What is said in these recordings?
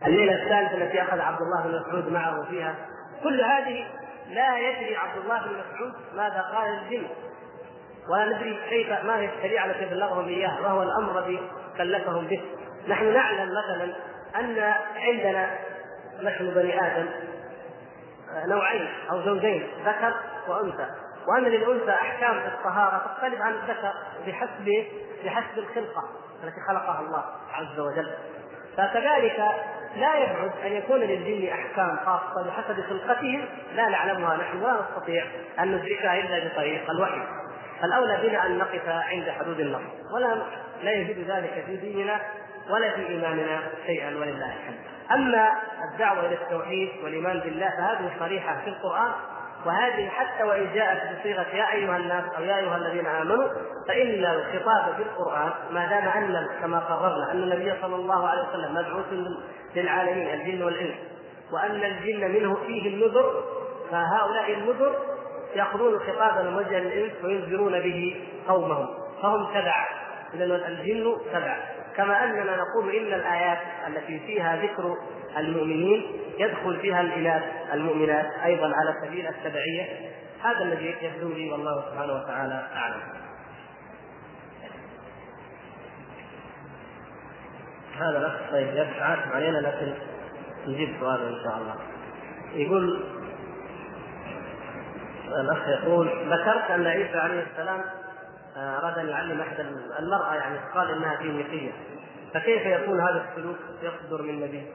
الليلة الثالثة التي أخذ عبد الله بن مسعود معه فيها، كل هذه لا يدري عبد الله بن مسعود ماذا قال الجن، ولا ندري ما هي الشريعة التي بلغهم إياها، وهو الأمر الذي كلفهم به. نحن نعلم مثلا أن عندنا نحن بني آدم نوعين أو زوجين، ذكر وأنثى، وأن للأنثى أحكام في الطهارة تختلف عن الذكر بحسب الخلقة التي خلقها الله عز وجل. فكذلك لا يبعد أن يكون للجن أحكام خاصة بحسب خلقتهم لا نعلمها نحن، ولا نستطيع أن ندركها إلا بطريق الوحي. فالأولى بنا أن نقف عند حدود النص، لا يزيد ذلك في ديننا ولا في إيماننا شيئا ولله الحمد. أما الدعوة إلى التوحيد والإيمان بالله فهذه صريحة في القرآن، وهذه حتى وإن جاءت بصيغة يا أيها الناس أو يا أيها الذين آمنوا، فإن الخطاب في القرآن ما دام أن كما قررنا أن النبي صلى الله عليه وسلم مبعوث للعالمين الجن والإنس، وأن الجن منه فيه النذر، فهؤلاء النذر يأخذون خطابا موجها للإنس وينذرون به قومهم، فهم تبع، إذن الجن تبع. كما أننا نقول إن الآيات التي فيها ذكر المؤمنين يدخل فيها الإناث المؤمنات أيضا على سبيل التبعية. هذا الذي يبدو لي والله سبحانه وتعالى أعلم. هذا الأخ طيب يبحث علينا لكن نجيب سؤاله إن شاء الله. يقول الأخ يقول ذكرت أن عيسى عليه السلام أراد أن يعلم أحد المرأة، يعني قال إنها فينيقية، فكيف يكون هذا السلوك يصدر من نبي؟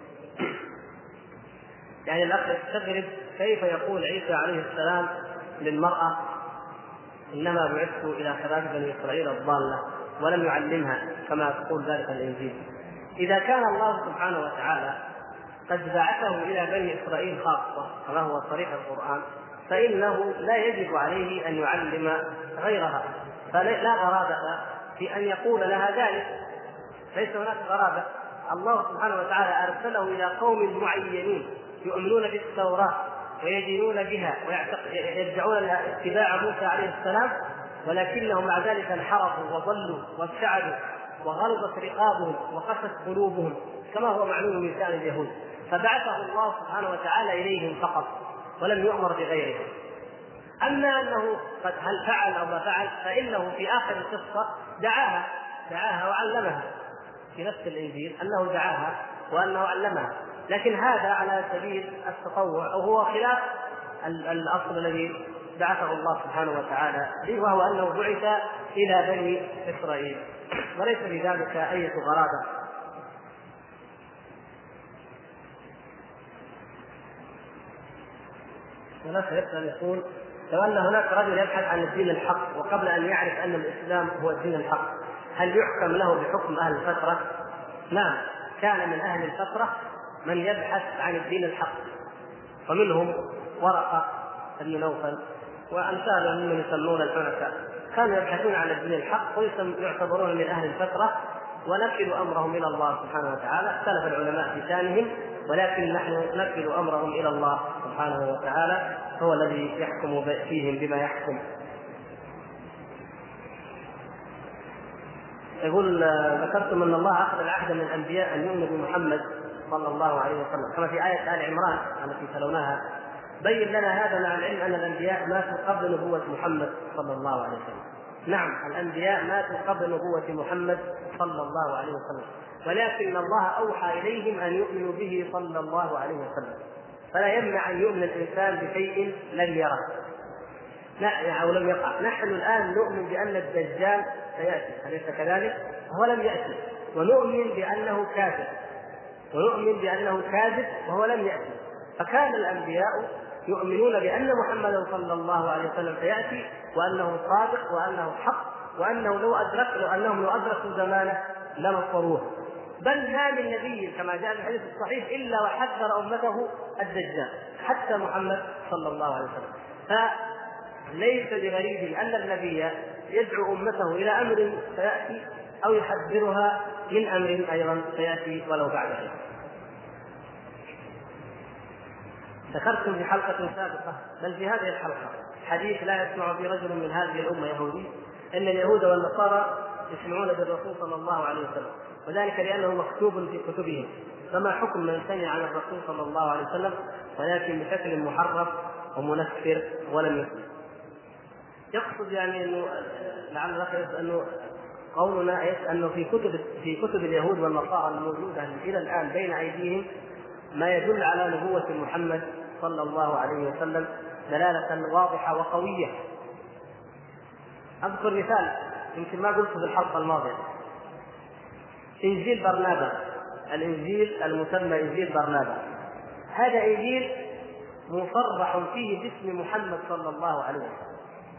يعني الأخ يستغرب كيف يقول عيسى عليه السلام للمرأة إنما بعثت إلى خراج بني إسرائيل الضالة ولم يعلمها كما تقول ذلك الإنجيل. إذا كان الله سبحانه وتعالى قد بعثه إلى بني إسرائيل خاصة كما هو صريح القرآن، فإنه لا يجب عليه أن يعلم غيرها، فلا غرابة في أن يقول لها ذلك، ليس هناك غرابة. الله سبحانه وتعالى أرسله إلى قوم معينين يؤمنون بالتوراة ويدينون بها ويرجعون إلى اتباع موسى عليه السلام، ولكنهم مع ذلك انحرفوا وضلوا وابتعدوا وغلظت رقابهم وقست قلوبهم كما هو معلوم من شأن اليهود، فبعثه الله سبحانه وتعالى إليهم فقط ولم يؤمر بغيرهم. أما أنه قد هل فعل أو ما فعل، فإنه في آخر القصة دعاها وعلمها في نفس الإنجيل، أنه دعاها وأنه علمها، لكن هذا على سبيل التطوع، أو هو خلاف الأصل الذي بعثه الله سبحانه وتعالى به، وهو أنه بعث إلى بني إسرائيل، وليس بذلك أي غرابة. ونفس يسأل يقول لو أن هناك رجل يبحث عن الدين الحق وقبل أن يعرف أن الإسلام هو الدين الحق، هل يحكم له بحكم أهل الفترة؟ نعم، كان من أهل الفترة من يبحث عن الدين الحق، ومنهم ورقة بن نوفل وأمثالهم ممن يسمون الحنفاء، كانوا يبحثون عن الدين الحق ويعتبرون من أهل الفترة ونكل أمرهم إلى الله سبحانه وتعالى. اختلف العلماء في شانهم، ولكن نحن نكل أمرهم إلى الله سبحانه وتعالى، هو الذي يحكم فيهم بما يحكم. يقول ذكرتم أن الله أخذ العهد من الأنبياء أن يؤمنوا بمحمد صلى الله عليه وسلم كما في آية آل عمران التي تلوناها، بين لنا هذا مع العلم أن الأنبياء ماتوا قبل نبوة محمد صلى الله عليه وسلم. نعم، الأنبياء ماتوا قبل نبوة محمد صلى الله عليه وسلم، ولكن الله أوحى إليهم أن يؤمنوا به صلى الله عليه وسلم، فلا يمنع أن يؤمن الإنسان بشيء لم يره أو لم يقع. نحن الآن نؤمن بأن الدجال سيأتي، أليس كذلك؟ وهو لم يأتي، ونؤمن بأنه كاذب، وهو لم يأتي. فكان الأنبياء يؤمنون بأن محمدا صلى الله عليه وسلم سيأتي، وأنه صادق، وأنه حق، وأنه لو أدركوا زمانه لنصروه. بل ما من نبي كما جاء في الحديث الصحيح إلا وحذر أمته الدجال، حتى محمد صلى الله عليه وسلم. فليس بغريب أن النبي يدعو أمته إلى أمر سيأتي أو يحذرها من أمر أيضا سيأتي ولو بعد ذلك. ذكرتم في حلقة سابقة بل في هذه الحلقة حديث لا يسمع به رجل من هذه الأمة يهودي أن اليهود والنصارى يسمعون بالرسول صلى الله عليه وسلم، وذلك لأنه مكتوب في كتبهم. فما حكم من سمع عن الرسول صلى الله عليه وسلم ولكن بشكل محرف ومنفر ولم يسلم؟ يقصد يعني انه لعل انه قولنا انه في كتب اليهود والنصارى الموجوده الى الان بين ايديهم ما يدل على نبوة محمد صلى الله عليه وسلم دلالة واضحة وقوية. أذكر مثال يمكن ما قلته في الحلقة الماضية: إنجيل برنابا، الإنجيل المسمى إنجيل برنابا، هذا إنجيل مصرح فيه باسم محمد صلى الله عليه وسلم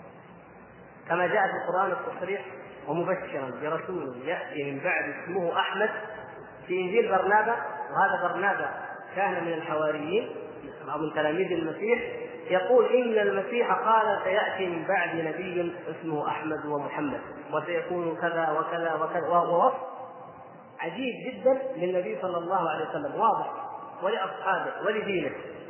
كما جاء في القرآن التصريح: ومبشرا برسول يأتي من بعد اسمه أحمد. في إنجيل برنابا، وهذا برنابا كان من الحواريين أو من تلاميذ المسيح، يقول إن المسيح قال سيأتي من بعد نبي اسمه أحمد ومحمد وسيكون كذا وكذا وكذا، ووصف عجيب جدا للنبي صلى الله عليه وسلم واضح ولأصحابه ولدينه.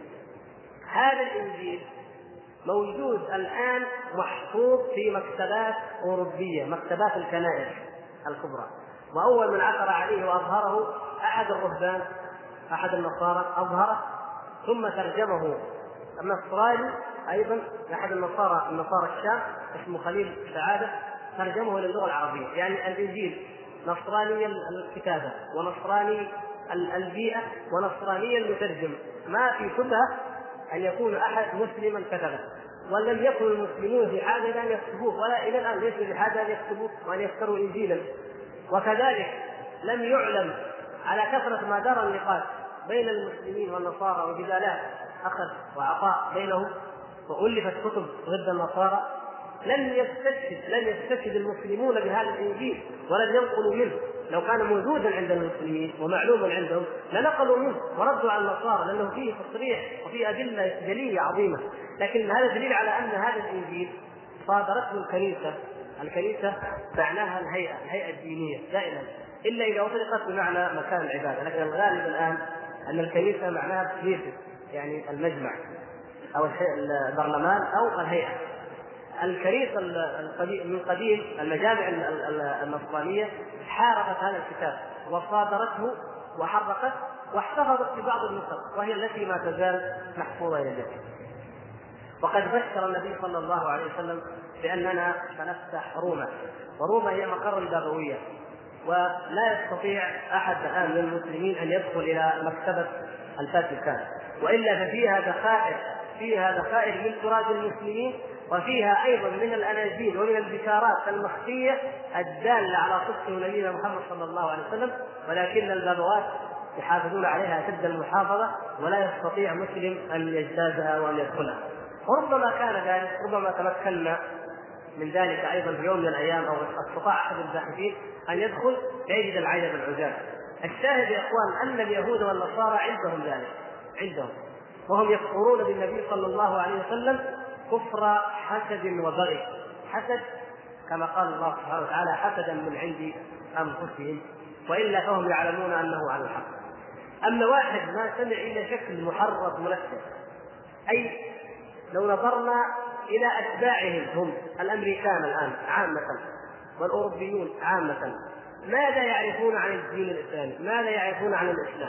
هذا الإنجيل موجود الآن محفوظ في مكتبات أوروبية، مكتبات الكنائس الكبرى، وأول من عثر عليه وأظهره أحد الرهبان أحد النصارى أظهره، ثم ترجمه النصراني أيضا أحد النصارى الشام اسمه خليل سعادة، ترجمه للغة العربية. يعني الإنجيل نصراني الكتابة ونصراني البيئة ونصراني المترجم، ما في شبهة أن يكون أحد مسلما كتبه، ولم يكن المسلمون في حاجة أن يكتبوه، ولا إلى الآن ليسوا في حاجة أن يكتبوه وأن يفتروا إنجيلا. وكذلك لم يعلم على كثرة ما دار النقاش بين المسلمين والنصارى وجدالات أخذ وعطاء بينهم، وألفت كتب ضد النصارى، لم يستشهد المسلمون بهذا الإنجيل ولم ينقلوا منه. لو كان موجودا عند المسلمين ومعلوما عندهم لنقلوا منه وردوا على النصارى، لأنه فيه تصريح وفيه أدلة جلية عظيمة. لكن هذا دليل على أن هذا الإنجيل صادرته الكنيسة معناها الهيئة الدينية دائما، إلا إذا أطلقت بمعنى مكان العبادة. لكن الغالب الآن أن الكنيسة معناها كنيسة، يعني المجمع أو البرلمان أو الهيئة. الكنيسة من قديم المجامع النصرانية حاربت هذا الكتاب وصادرته وحرقته واحتفظت ببعض النسخ، وهي التي ما تزال محفوظة إلى اليوم. وقد بشر النبي صلى الله عليه وسلم بأننا سنفتح روما، وروما هي مقر البابوية، ولا يستطيع أحد الآن من المسلمين أن يدخل إلى مكتبة الفاتيكان، وإلا فيها ذخائر من تراث المسلمين، وفيها أيضا من الأناجيل ومن البشارات المخفية الدالة على صدق نبينا محمد صلى الله عليه وسلم، ولكن البابوات يحافظون عليها أشد المحافظة، ولا يستطيع مسلم أن يجتازها وأن يدخلها. وربما كان ذلك، ربما تمكنا من ذلك أيضا في يوم من الأيام، أو استطاع أحد الباحثين أن يدخل فيجد العجب العجاب. الشاهد يا إخوان أن اليهود والنصارى عندهم ذلك، عندهم، وهم يكفرون بالنبي صلى الله عليه وسلم كفر حسد وبغي. حسد كما قال الله سبحانه وتعالى: حسدا من عند أنفسهم، وإلا فهم يعلمون أنه على الحق. أما واحد ما سمع إلا شكل محرف منفر، أي لو نظرنا إلى أتباعهم هم الأمريكان الآن عامة والأوروبيون عامة، ماذا يعرفون عن الدين الإسلامي؟ ماذا يعرفون عن الإسلام؟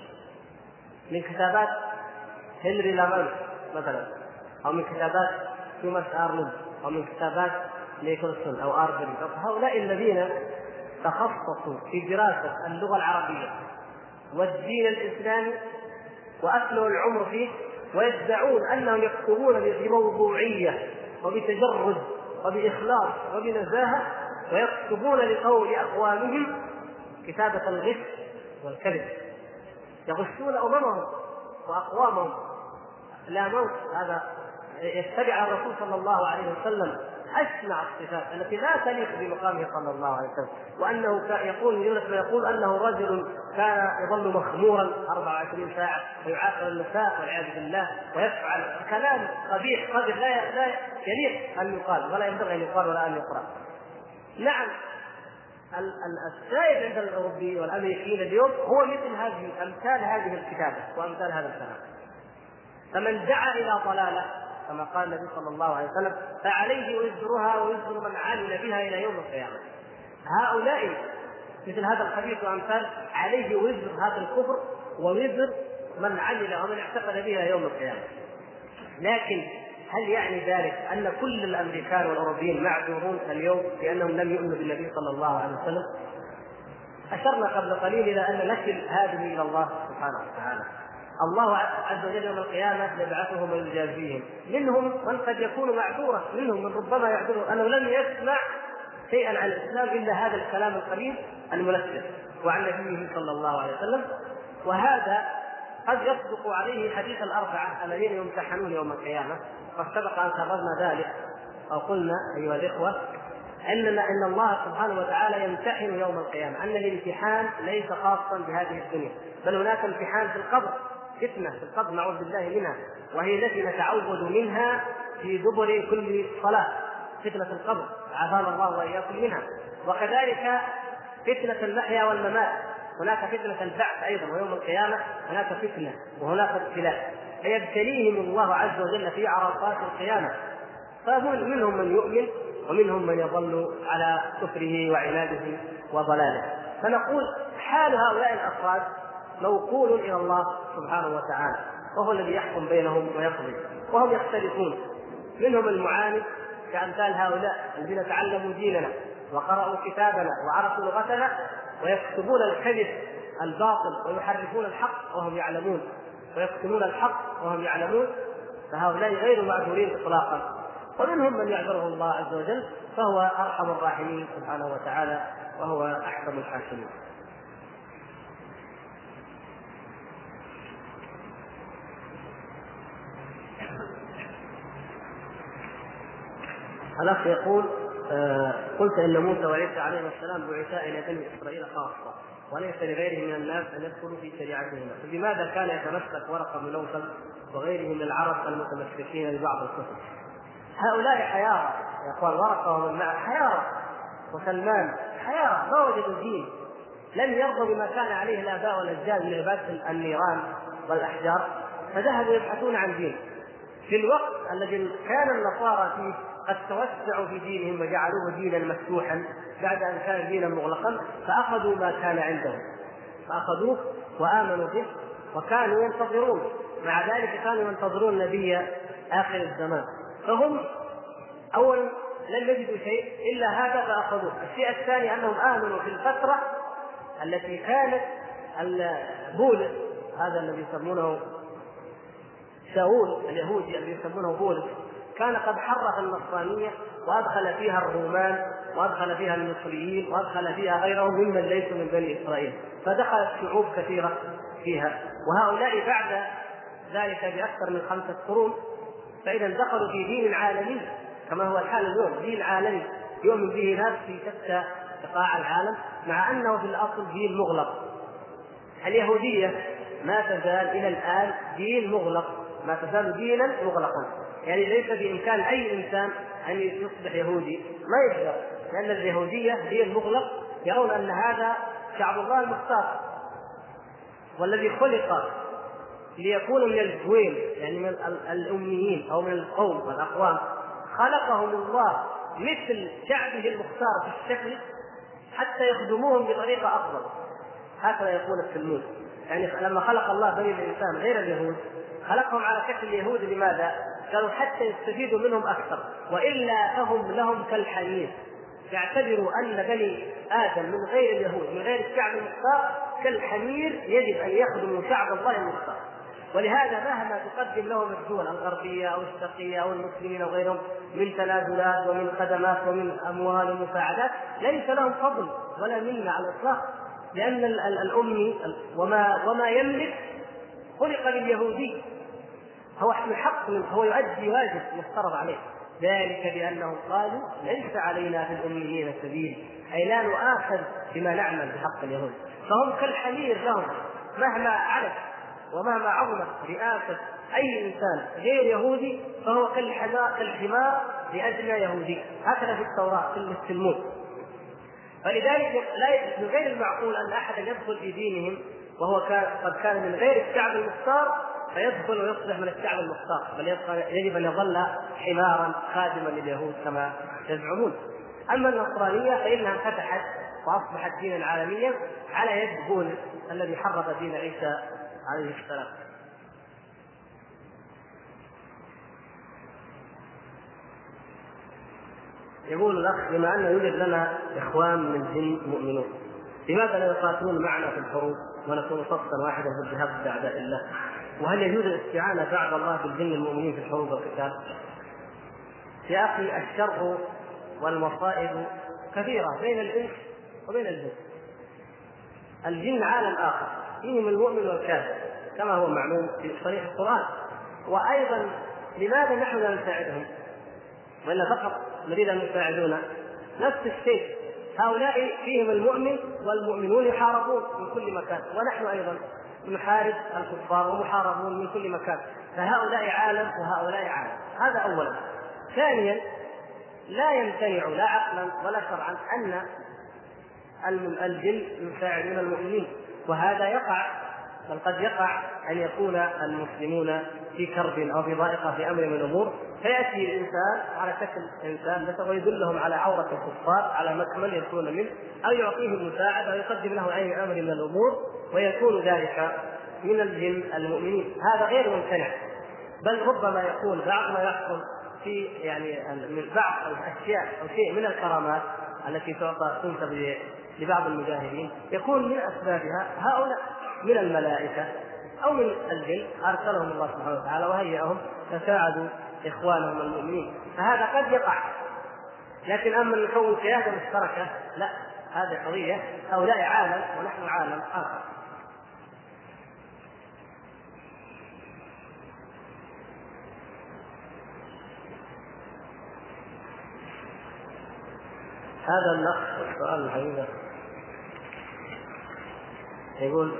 من كتابات هنري لامانش مثلا، أو من كتابات توماس أرنولد، أو من كتابات نيكولسون أو آربري. هؤلاء الذين تخصصوا في دراسة اللغة العربية والدين الإسلامي وأثنوا العمر فيه، ويدعون أنهم يكتبون بموضوعية وبتجرد وبإخلاص وبنزاهة، ويكتبون لقول أقوامهم كتابة الغش والكذب، يغشون أممهم وأقوامهم لا موت. هذا يتبع الرسول صلى الله عليه وسلم أشنع الصفات التي لا تليق بمقامه صلى الله عليه وسلم، وأنه يقول أنه رجل كان يظل مخمورا 24 ساعة ويعاقل النساء والعياذ بالله، ويفعل كلام قبيح قذر لا يليق أن يقال ولا ينبغي أن يقال ولا أن يقرأ. نعم، السائد عند الأوروبيين والأمريكيين اليوم هو مثل أمثال هذه الكتابة وأمثال هذا الكلام. فمن دعا إلى ضلالة كما قال النبي صلى الله عليه وسلم فعليه وزرها ووزر من عمل بها إلى يوم القيامة. هؤلاء مثل هذا الخبيث وأمثال عليه وزر هذا الكفر ووزر من عمل ومن اعتقد بها يوم القيامة. لكن هل يعني ذلك أن كل الأمريكان والأوروبيين معذورون اليوم لأنهم لم يؤمنوا بالنبي صلى الله عليه وسلم؟ أشرنا قبل قليل إلى أن نكل هذه إلى الله سبحانه وتعالى. الله عز وجل يوم القيامة يبعثهم ويجازيهم، منهم من قد يكون معذورا، منهم من ربما يعذره أنه لم يسمع شيئا عن الإسلام إلا هذا الكلام القليل المنفر وعن نبيه صلى الله عليه وسلم. وهذا قد يصدق عليه حديث الأربعة الذين يمتحنون يوم القيامة، وقد سبق أن كررنا ذلك أو قلنا أيها الإخوة أن الله سبحانه وتعالى يمتحن يوم القيامة، أن الامتحان ليس خاصا بهذه الدنيا، بل هناك امتحان في القبر، فتنة في القبر نعوذ بالله منها، وهي التي نتعوذ منها في دبر كل صلاة، فتنة القبر عافانا الله وإياكم منها. وكذلك فتنة المحيا والممات، هناك فتنة البعث أيضا، ويوم القيامة هناك فتنة وهناك ابتلاء، فيبتليهم الله عز وجل في عرصات القيامة، فمنهم من يؤمن ومنهم من يظل على كفره وعناده وضلاله. فنقول حال هؤلاء الأفراد موكول إلى الله سبحانه وتعالى، وهو الذي يحكم بينهم ويقضي، وهم يختلفون، منهم المعاند كأمثال هؤلاء الذين تعلموا ديننا وقرأوا كتابنا وعرفوا لغتنا ويكتبون الكذب الباطل ويحرفون الحق وهم يعلمون، ويكتمون الحق وهم يعلمون، فهؤلاء غير معذورين إطلاقا. ومنهم من يعذره الله عز وجل، فهو أرحم الراحمين سبحانه وتعالى، وهو أحكم الحاكمين. الأخ يقول قلت إن موسى وعيسى عليهما السلام بعثا إلى بني إسرائيل خاصة وليس لغيرهم من الناس أن يدخلوا في شريعتهما، فلماذا كان يتمسك ورقة بن نوفل وغيره من العرب المتمسكين ببعض الكتب؟ هؤلاء حيارى يا اخوان، ورقه ومن معه حيارى، وسلمان حيارى، ما وجدوا دين، لم يرضوا بما كان عليه الاباء والاجداد من عباده النيران والاحجار، فذهبوا يبحثون عن دين في الوقت الذي كان النصارى فيه قد توسعوا في دينهم وجعلوه دينا مفتوحا بعد ان كان دينا مغلقا، فاخذوا ما كان عندهم، فاخذوه وامنوا به، وكانوا ينتظرون، مع ذلك كانوا ينتظرون نبي اخر الزمان، فهم اولا لم يجدوا شيء الا هذا فاخذوه. الشيء الثاني انهم امنوا في الفتره التي كانت بولس هذا الذي يسمونه شاول اليهودي الذي يسمونه بولس كان قد حرف النصرانيه وادخل فيها الرومان وادخل فيها المصريين وادخل فيها غيرهم ممن ليسوا من بني اسرائيل، فدخلت شعوب كثيره فيها، وهؤلاء بعد ذلك باكثر من 5 قرون فإذا دخلوا في دين عالمي كما هو الحال اليوم، دين عالمي يؤمن به ناس في شتى بقاع العالم، مع أنه في الأصل دين مغلق. اليهودية ما تزال إلى الآن دين مغلق، ما تزال دينا مغلقا، يعني ليس بإمكان أي إنسان أن يصبح يهودي، ما يقدر، لأن اليهودية دين مغلق، يرون أن هذا شعب الله المختار والذي خلق ليكونوا من الجويل، يعني من الأميين أو من القوم والأقوام، خلقهم الله مثل شعبه المختار في الشكل حتى يخدموهم بطريقة أفضل، هكذا يقول التلمود. يعني لما خلق الله بني الإنسان غير اليهود خلقهم على شكل اليهود، لماذا؟ قالوا حتى يستفيدوا منهم أكثر، وإلا فهم لهم كالحمير، يعتبروا أن بني آدم من غير اليهود من غير الشعب المختار كالحمير، يجب أن يخدموا شعب الله المختار. ولهذا مهما تقدم لهم الدول الغربية أو الشرقية أو المسلمين أو غيرهم من تنازلات ومن خدمات ومن أموال ومساعدات ليس لهم فضل ولا منة على الإطلاق، لأن الأمي وما يملك خلق لليهودي، هو الحق هو يؤدي واجب مفترض عليه، ذلك بأنهم قالوا ليس علينا في الأميين سبيل، أي لا نؤاخذ بما نعمل بحق اليهود، فهم كالحمير لهم مهما علت ومهما عظمت رئاسة أي إنسان غير يهودي فهو كالحمار لأجل يهودي، هكذا في التوراة في التلمود. فلذلك من غير المعقول أن أحدا يدخل في دينهم وهو قد كان من غير الشعب المختار فيدخل ويصبح من الشعب المختار، بل يجب أن يظل حمارا خادما لليهود كما يزعمون. أما النصرانية فإنها فتحت وأصبحت دينا عالميا على يد بولس الذي حرف دين عيسى عليه السلام. يقول الأخ: بما أن يوجد لنا إخوان من الجن مؤمنون، لماذا لا يقاتلون معنا في الحروب ونكون صفا واحدا في الجهاد بأعداء الله؟ وهل يجوز الاستعانة بعد الله بالجن المؤمنين في الحروب والقتال؟ يا أخي، الشر والمصائب كثيرة بين الإنس وبين الجن. الجن عالم آخر فيهم المؤمن والكافر كما هو معلوم في صريح القرآن. وأيضا لماذا نحن لا نساعدهم وإلا فقط نريد أن يساعدونا؟ نفس الشيء، هؤلاء فيهم المؤمن والمؤمنون يحاربون من كل مكان، ونحن أيضا نحارب الكفار ومحاربون من كل مكان، فهؤلاء عالم وهؤلاء عالم. هذا أولا. ثانيا، لا يمتنع لا عقلا ولا شرعا أن الجن يساعدون المؤمنين، وهذا يقع، بل قد يقع أن يكون المسلمون في كرب أو في ضائقة في أمر من الأمور، فيأتي الإنسان على شكل إنسان ويدلهم على عورة الكفار على مكمل يكون منه، أو يعطيهم المساعدة ويقدم له أي أمر من الأمور، ويكون ذلك من الجن المؤمنين. هذا غير ممتنع، بل ربما يكون بعض ما يحصل في من بعض الأشياء أو شيء من الكرامات التي تنسب لبعض المجاهدين يكون من أسبابها هؤلاء من الملائكة أو من الجن أرسلهم الله سبحانه وتعالى وهيئهم فساعدوا إخوانهم المؤمنين، فهذا قد يقع. لكن أما نكون قيادة مشتركة لا، هذه قضية، هؤلاء عالم ونحن عالم آخر. هذا الأخ السؤال الحقيقة يقول: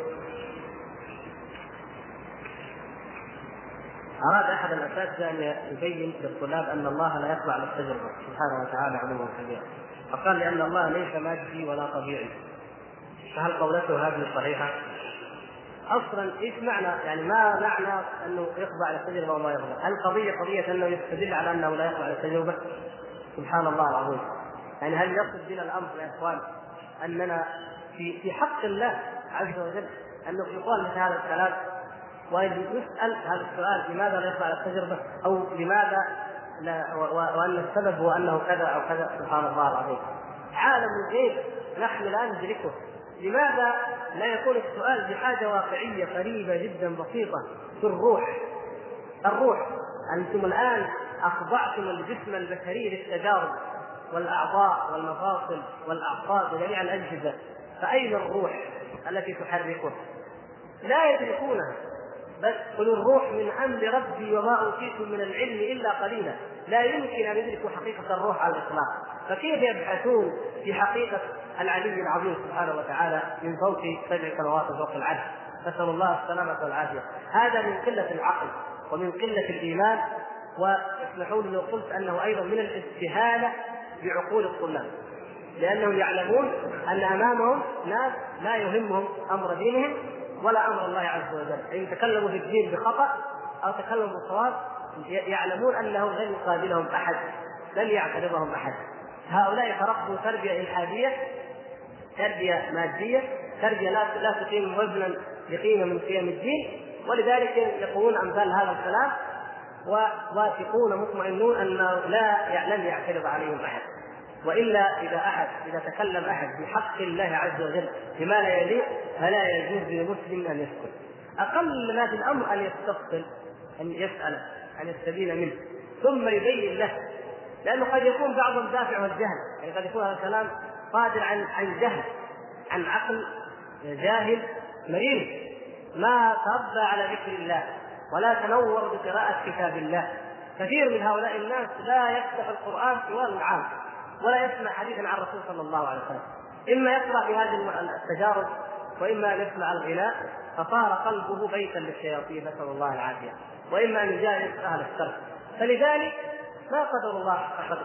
أراد أحد الأساتذة أن يبين للطلاب أن الله لا يخضع للتجربة سبحانه وتعالى علوا كبيرا، فقال لأن الله ليس مادي ولا طبيعي، فهل قولته هذه صحيحة؟ أصلا إيش معنى ما معنى أنه يخضع للتجربة وما يخضع؟ هل قضية أنه يستدل على أنه لا يخضع للتجربة؟ سبحان الله العظيم. هل يقصد بنا الأمر يا إخوان أننا في حق الله عز وجل أنه يقال مثل هذا الكلام ويسأل هذا السؤال: لماذا لا يخضع للتجربة؟ أو لماذا لا، وأن السبب هو أنه كذا أو كذا؟ سبحان الله العظيم. عالم الغيب نحن لا ندركه. لماذا لا يكون السؤال بحاجة واقعية قريبة جدا بسيطة في الروح؟ أنتم الآن أخضعتم الجسم البشري للتجارب والأعضاء والمفاصل والأعصاب وجميع الأجهزة، فأين الروح التي تحركه؟ لا يدركونها. بس قل الروح من أمر ربي وما أوتيتم من العلم إلا قليلا. لا يمكن أن يدركوا حقيقة الروح على الإطلاق، فكيف يبحثون في حقيقة العلي العظيم سبحانه وتعالى من فوق 7 سماوات فوق العرش؟ نسأل الله السلامة والعافية. هذا من قلة العقل ومن قلة الإيمان، واسمحوا لي لو قلت أنه أيضا من الاستهانة بعقول الطلاب، لأنهم يعلمون أن أمامهم ناس لا يهمهم أمر دينهم ولا أمر الله عز وجل، إن تكلموا في الدين بخطأ أو تكلموا بالصواب يعلمون أنه لن يقابلهم أحد، لن يعترضهم أحد. هؤلاء تربوا تربية إلحادية، تربية مادية، تربية لا تقيم وزنا بقيمة من قيم الدين، ولذلك يقولون أمثال هذا الكلام وواثقون مطمئنون أنه لن يعترض عليهم أحد. وإلا إذا تكلم أحد بحق الله عز وجل بما لا يليق فلا يجوز للمسلم أن يسكت. أقل ما في الأمر أن يستفصل، أن يسأل، أن يستبين منه ثم يبين له، لأنه قد يكون بعضهم دافع والجهل، قد يكون هذا الكلام قادر عن جهل، عن عقل جاهل مريض ما تربى على ذكر الله ولا تنور بقراءة كتاب الله. كثير من هؤلاء الناس لا يفتح القرآن طوال العام ولا يسمع حديثا عن الرسول صلى الله عليه وسلم، إما يقرأ في هذه التجارب وإما أن يسمع الغناء فصار قلبه بيتا للشياطين، نسأل الله العافية، وإما أن يجالس أهل الشر. فلذلك ما قدر الله حق قدره.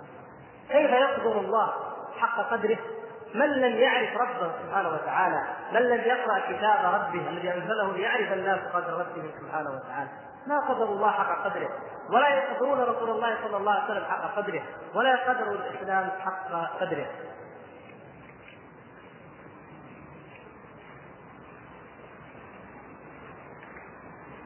كيف يقدر الله حق قدره من لم يعرف ربه سبحانه وتعالى، من لم يقرأ كتاب ربه الذي أنزله ليعرف الناس قدر ربه سبحانه وتعالى؟ ما قدر الله حق قدره، ولا يقدرون رسول الله صلى الله عليه وسلم حق قدره، ولا يقدروا الإسلام حق قدره.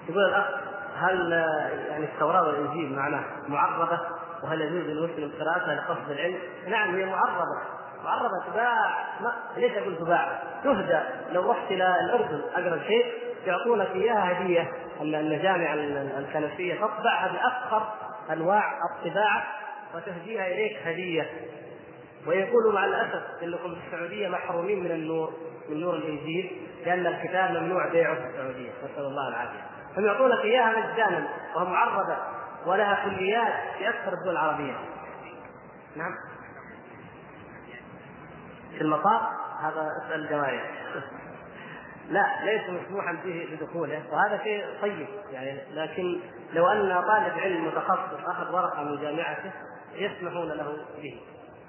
يقول الأخ هل يعني التوراة والإنجيل معناه معربة، وهل يجوز للمسلم قراءتها لقصد العلم؟ نعم هي معربة، تباع، ليش أقول تباع؟ تهدى. لو رحت إلى الأردن أقرب شيء يعطونك إياها هدية، المجامع الكنسية تطبعها بأفخر أنواع الطباعة وتهديها إليك هدية. ويقولوا مع الأسف إنكم في السعودية محرومين من نور الإنجيل، لأن الكتاب ممنوع بيعه في السعودية، نسأل الله العافية. هم يعطونك إياها مجانا وهي معربة ولها كليات في أكثر الدول العربية. نعم في المطار هذا اسأل الجماعة. لا ليس مسموحا به بدخوله، وهذا شيء طيب يعني، لكن لو أن طالب علم متخصص أخذ ورقة من جامعته يسمحون له به.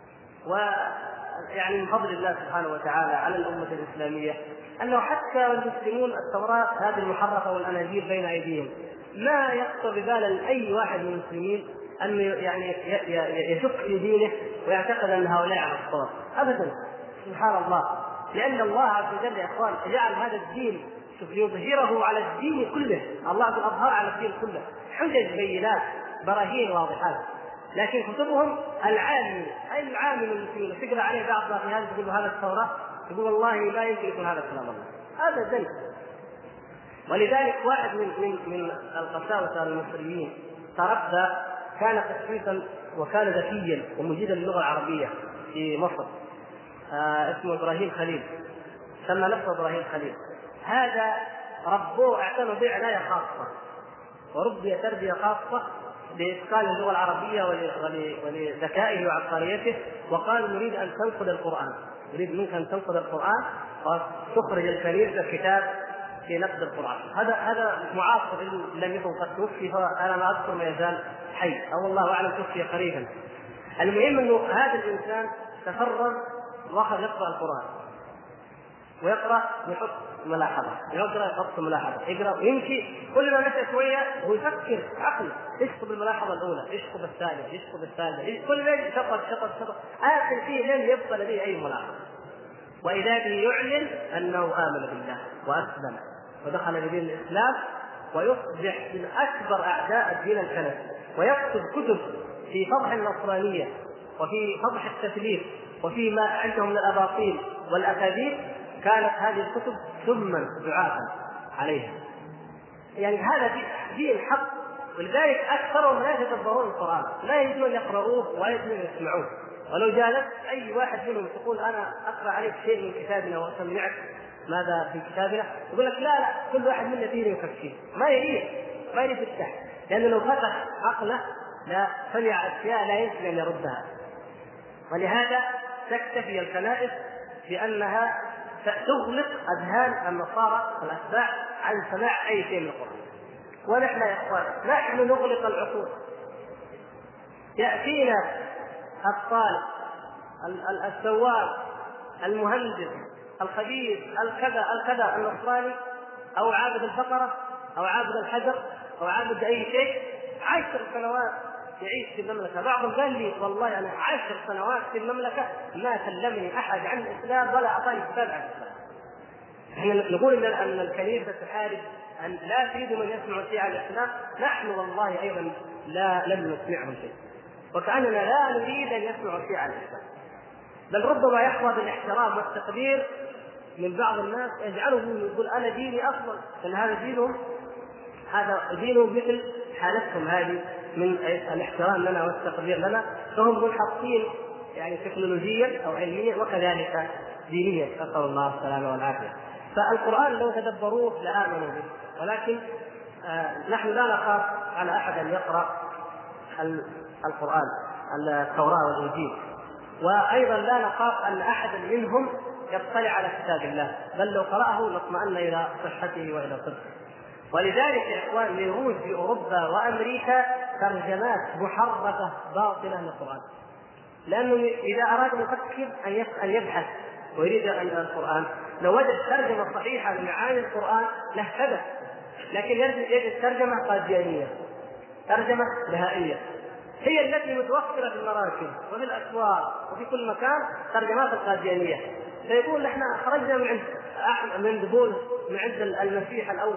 ويعني من فضل الله سبحانه وتعالى على الأمة الإسلامية أنه حتى المسلمون التوراة هذه المحرفة والأناجيل بين أيديهم ما يخطر ببال أي واحد من المسلمين أن يعني يشك في دينه ويعتقد أن هؤلاء على الصواب أبدا، سبحان الله. لأن الله عز وجل يا إخوان جعل هذا الدين يظهره على الدين كله، الله أظهر على الدين كله حجج بينات براهين واضحات. لكن كتبهم العامي، أي العامي من المسلمين تقرأ عليه بعضها في هذا تقول هذا التوراة، يقول والله لا يمكن يكون هذا كلام الله أبدا. ولذلك واحد من القساوسة المصريين تربى، كان قسيسا وكان ذكيا ومجيدا للغة العربية في مصر، اسمه إبراهيم خليل، سمى نفسه إبراهيم خليل. هذا ربوه اعتنوا به عناية خاصة وربي تربية خاصة بإتقان اللغة العربية ولذكائه وعبقريته، وقال نريد أن تنقل القرآن، نريد منك أن تنقل القرآن وتخرج الكنيسة كتاب في نقد القرآن. هذا معاصر لم يكن قد توفي، فأنا ما أذكر ما يزال حي أو الله أعلم توفي قريبا. المهم أنه هذا الإنسان تفرغ واخذ يقرأ القرآن ويقرأ ويحط ملاحظة، يقرأ يحط ملاحظة، يقرأ ويمشي، كل ما مشى شوية هو يفكر عقله، يشطب الملاحظة الأولى، يشطب الثانية، يشطب الثالثة، كل ما شطب آخر شيء لن يبقى لديه أي ملاحظة. وإذا به يعلن أنه آمن بالله وأسلم ودخل في دين الإسلام، ويصبح من أكبر أعداء الدين الكنسي، ويكتب كتب في فضح النصرانية وفي فضح التثليث وفي ما عندهم من الأباطيل والأكاذيب. كانت هذه الكتب ثما دعاء عليها. يعني هذا دين حق، ولذلك أكثرهم لا يتدبرون القرآن، لا يجوز أن يقرؤوه ولا يجوز أن يسمعوه. ولو جالست أي واحد منهم تقول أنا أقرأ عليك شيء من كتابنا وأسمعك ماذا في كتابنا، يقول لك لا كل واحد منا دينه يفكر، ما يريد يفتح، لأنه لو فتح عقله لا سمع أشياء لا يمكن أن يردها. ولهذا تكتفي الكنائس بأنها تغلق أذهان النصارى والأتباع عن سماع أي شيء من القرآن. ونحن يا إخوان نحن نغلق العقول. يأتينا الطالب السواق المهندس الخبير الكذا النصراني أو عابد البقرة أو عابد الحجر أو عابد أي شيء، 10 سنوات يعيش في المملكة. بعضهم قال لي والله أنا 10 سنوات في المملكة ما كلمني أحد عن الإسلام ولا أعطاني كتاب عن الإسلام. احنا نقول أن الكنيسة تحارب أن لا تريد من يسمع شيء عن الإسلام، نحن والله أيضا لم نسمعه شيء، وكأننا لا نريد أن يسمعوا شيء عن الإسلام. بل ربما يحظى بالاحترام والتقدير من بعض الناس يجعله يقول أنا ديني أفضل، لأن هذا دينهم مثل حالتهم هذه من الاحترام لنا والتقدير لنا، فهم منحطين يعني تكنولوجيا أو علميا وكذلك دينيا، نسأل الله السلامة والعافية. فالقرآن لو تدبروه لآمنوا به، ولكن نحن لا نخاف على أحد أن يقرأ القرآن التوراة والإنجيل، وأيضا لا نخاف أن أحدا منهم يطلع على كتاب الله، بل لو قرأه نطمئن إلى صحته وإلى صدقه. ولذلك يا إخوان يروج في أوروبا وأمريكا ترجمات محرفة باطلة للقرآن، لأنه إذا أراد مفكر أن يبحث ويريد أن القرآن لو وجد ترجمة صحيحة لمعاني القرآن لاهتدى، لكن يجد ترجمة قاديانية، ترجمة بهائية، هي التي متوفرة في المراكز وفي الأسواق وفي كل مكان، ترجمات القاديانية. فيقول احنا خرجنا من عند بولس، من عند المسيح الأول،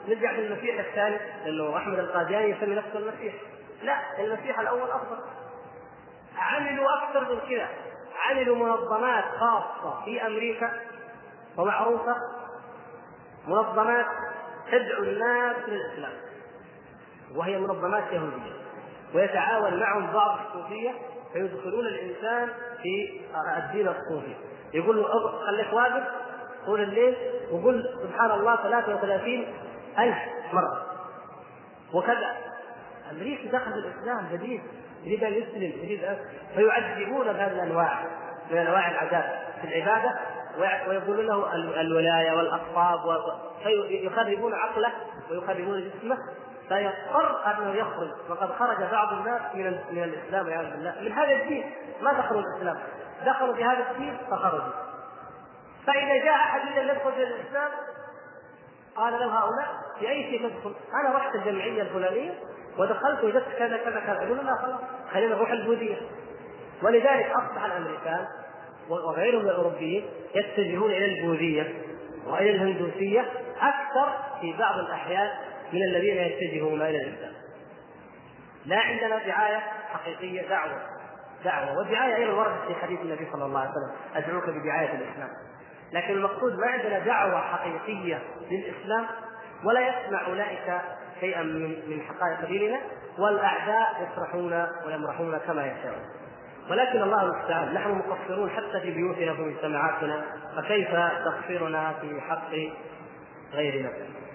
نرجع في المسيح الثاني لأنه أحمد القادياني يسمي نفسه المسيح، لا، المسيح الأول أفضل. عملوا أكثر من كذا، عملوا منظمات خاصة في أمريكا ومعروفة، منظمات تدعو الناس للإسلام، وهي منظمات يهودية، ويتعاون معهم بعض الصوفية فيدخلون الإنسان في الدين الصوفي. يقول له خليك واقف طول الليل وقل سبحان الله 33,000 مرة وكذا. أمريكا دخل الإسلام جديد، يريد أن يسلم، فيعذبون بهذه الأنواع من أنواع العذاب في العبادة، ويقولون له الولاية والأقطاب، فيخربون عقله ويخربون جسمه، فيضطر أنه يخرج. وقد خرج بعض الناس من الإسلام والعياذ بالله من هذا الدين، ما دخلوا الإسلام، دخلوا في هذا الدين فخرجوا. فإذا جاء أحد يدخل في الإسلام قال له هؤلاء في أي شيء تدخل؟ أنا رحت الجمعية الفلانية ودخلت وجدت كذا كذا كذا. يقولون لا خلاص خلينا نروح البوذية. ولذلك أصبح الأمريكان وغيرهم من الأوروبيين يتجهون إلى البوذية وإلى الهندوسية أكثر في بعض الأحيان من الذين يتجهون إلى الإسلام. لا عندنا دعاية حقيقية، دعوة والدعاية أيضا وردت في حديث النبي صلى الله عليه وسلم أدعوك بدعاية الإسلام، لكن المقصود ما عندنا دعوة حقيقية للإسلام، ولا يسمع أولئك شيئا من حقائق ديننا، والأعداء يفرحون ويمرحون كما يشاءون. ولكن الله المستعان، نحن مقصرون حتى في بيوتنا وفي مجتمعاتنا، فكيف تقصيرنا في حق غيرنا؟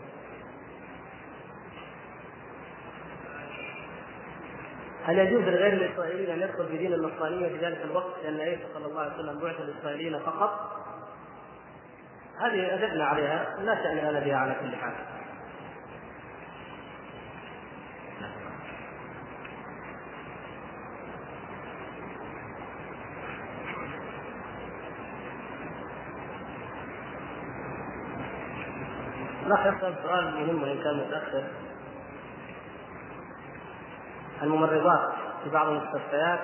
هل يجوز لغير الإسرائيليين أن يدخل في دين النصرانية في ذلك الوقت لأن عيسى صلى الله عليه وسلم بعث للإسرائيليين فقط؟ هذه أجبنا عليها، لا شأن لنا بها على كل حال. لا يسأل سؤال مهم وإن كان متأخر. الممرضات في بعض المستشفيات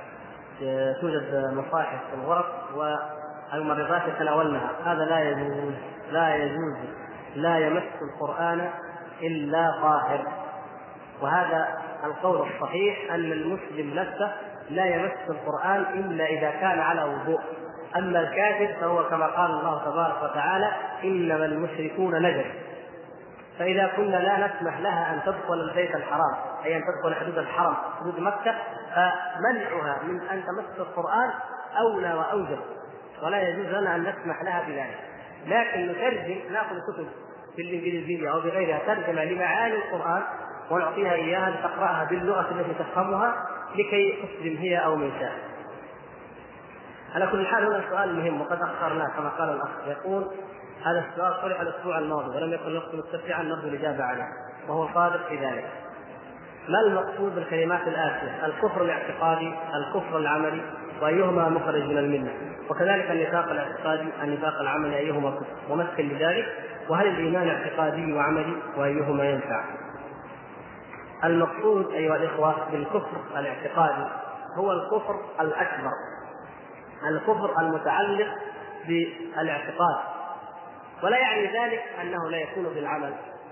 توجد مصاحف في الغرف والممرضات يتناولنها، هذا لا يجوز، لا يمس القرآن إلا طاهر. وهذا القول الصحيح أن المسلم نفسه لا يمس القرآن إلا إذا كان على وضوء. أما الكافر فهو كما قال الله تبارك وتعالى إنما المشركون نجس. فإذا كنا لا نسمح لها أن تدخل البيت الحرام، أي أن تدخل حدود الحرم حدود مكة، فمنعها من أن تمس القرآن أولى وأوجب، ولا يجوز لنا أن نسمح لها بذلك. لكن نترجم، نأخذ كتب في الإنجليزية أو بغيرها ترجمة لمعاني القرآن ونعطيها إياها لتقرأها باللغة التي تفهمها لكي تسلم هي أو من شاء. على كل حال هنا سؤال مهم وقد أخرناه كما قال الأخ، يقول هذا السؤال طرح الأسبوع الماضي ولم يكن الوقت متسعا نرجو الإجابة عليه، وهو صادق في ذلك. ما المقصود بالكلمات الآتية: الكفر الاعتقادي، الكفر العملي، وأيهما مخرج من الملة؟ وكذلك النفاق الاعتقادي، النفاق العملي، أيهما كفر؟ ومثل لذلك. وهل الإيمان اعتقادي وعملي وأيهما ينفع؟ المقصود أيها الإخوة بالكفر الاعتقادي هو الكفر الأكبر، الكفر المتعلق بالاعتقاد، ولا يعني ذلك أنه لا يكون بالعمل.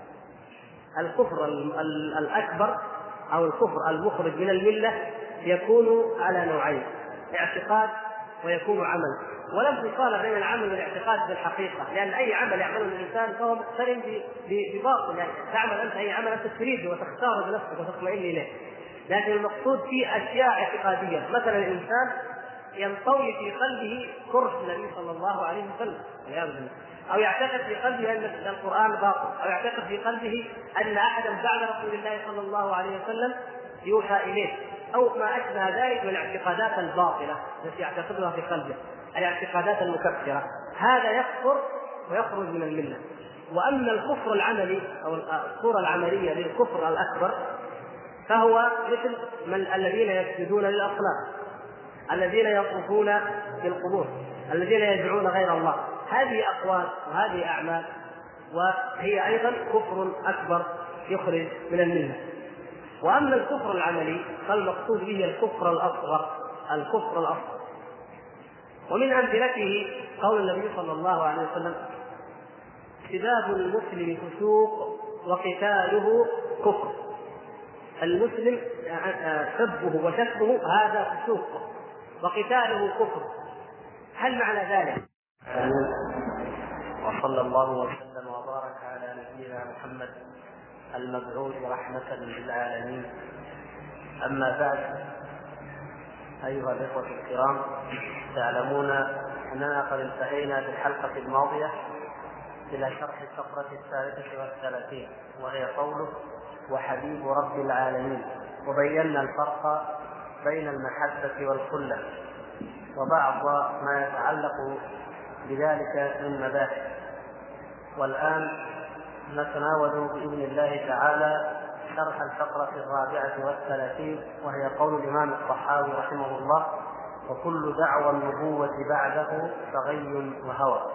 الكفر الأكبر أو الكفر المخرج من الملة يكون على نوعين: اعتقاد ويكون عمل. ولم يقال بين العمل والاعتقاد بالحقيقة، لأن أي عمل يعمله الإنسان فهو مقترن بباطل، يعني تعمل أنت أي عمل أنت تريده وتختاره بنفسك وتطمئن إليه. لكن المقصود في أشياء اعتقادية، مثلا الإنسان ينطوي في قلبه كره النبي صلى الله عليه وسلم والعياذ بالله، أو يعتقد في قلبه أن القرآن باطل، أو يعتقد في قلبه أن أحدا بعد رسول الله صلى الله عليه وسلم يوحى إليه، أو ما أشبه ذلك من الاعتقادات الباطلة التي يعتقدها في قلبه، الاعتقادات المكفرة. هذا يكفر ويخرج من الملة. وأما الكفر العملي أو الصورة العملية للكفر الأكبر فهو مثل من الذين يسجدون للأصنام، الذين يطوفون بالقبور، الذين يدعون غير الله. هذه أقوال وهذه أعمال، وهي أيضا كفر أكبر يخرج من الملة. وأما الكفر العملي فالمقصود به الكفر الأصغر، الكفر الأصغر. ومن أمثلته قول النبي صلى الله عليه وسلم: سباب المسلم فسوق وقتاله كفر. المسلم سبه وشتمه هذا فسوق وقتاله كفر. هل معنى ذلك؟ وصلى الله وسلم وبارك على نبينا محمد المبعوث رحمة للعالمين. أما بعد، أيها الإخوة الكرام، تعلمون أننا قد انتهينا في الحلقة الماضية إلى شرح الفقرة 33 وهي قوله وحبيب رب العالمين، وبينا الفرق بين المحبة والخلة وبعض ما يتعلق بذلك من مباحث. والآن نتناول بإذن الله تعالى شرح الفقرة 34 وهي قول الإمام الطحاوي رحمه الله: وكل دعوى النبوة بعده فغي وهوى.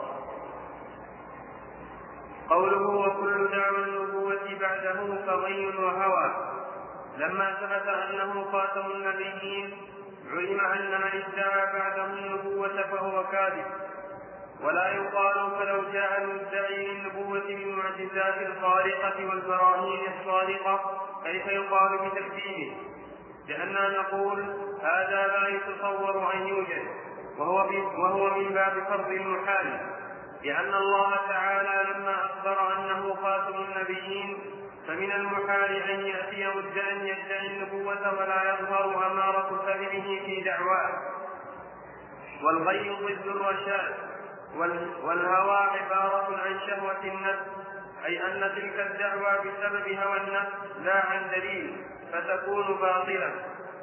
قوله وكل دعوى النبوة بعده فغي وهوى، لما ثبت أنه خاتم النبيين علم أن من ادعى بعده النبوة فهو كاذب، ولا يقال فلو جاء المدعي للنبوة بالمعجزات الخارقة والبراهين الصادقة كيف يقال بتكذيبه؟ لأننا نقول هذا لا يتصور أن يوجد، وهو من باب فرض المحال، لأن الله تعالى لما أخبر أنه خاتم النبيين فمن المحال أن يأتي مدعي يدعي النبوة ولا يظهر أمارة كذبه في دعواه. والغي ضد الرشاد، والهوى عبارة عن شهوة النفس، أي أن تلك الدعوى بسبب هوى النفس لا عن دليل فتكون باطلة.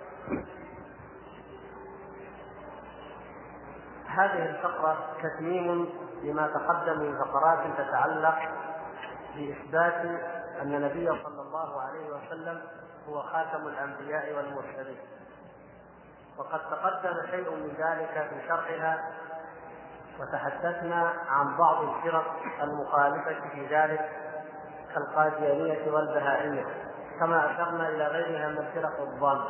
هذه الفقرة تتميم لما تقدم من فقرات تتعلق بإثبات أن النبي صلى الله عليه وسلم هو خاتم الأنبياء والمرسلين، وقد تقدم شيء من ذلك في شرحها، وتحدثنا عن بعض الفرق المخالفة في ذلك كالقاديانية والبهائية، كما أشرنا إلى غيرها من الفرق الضالة.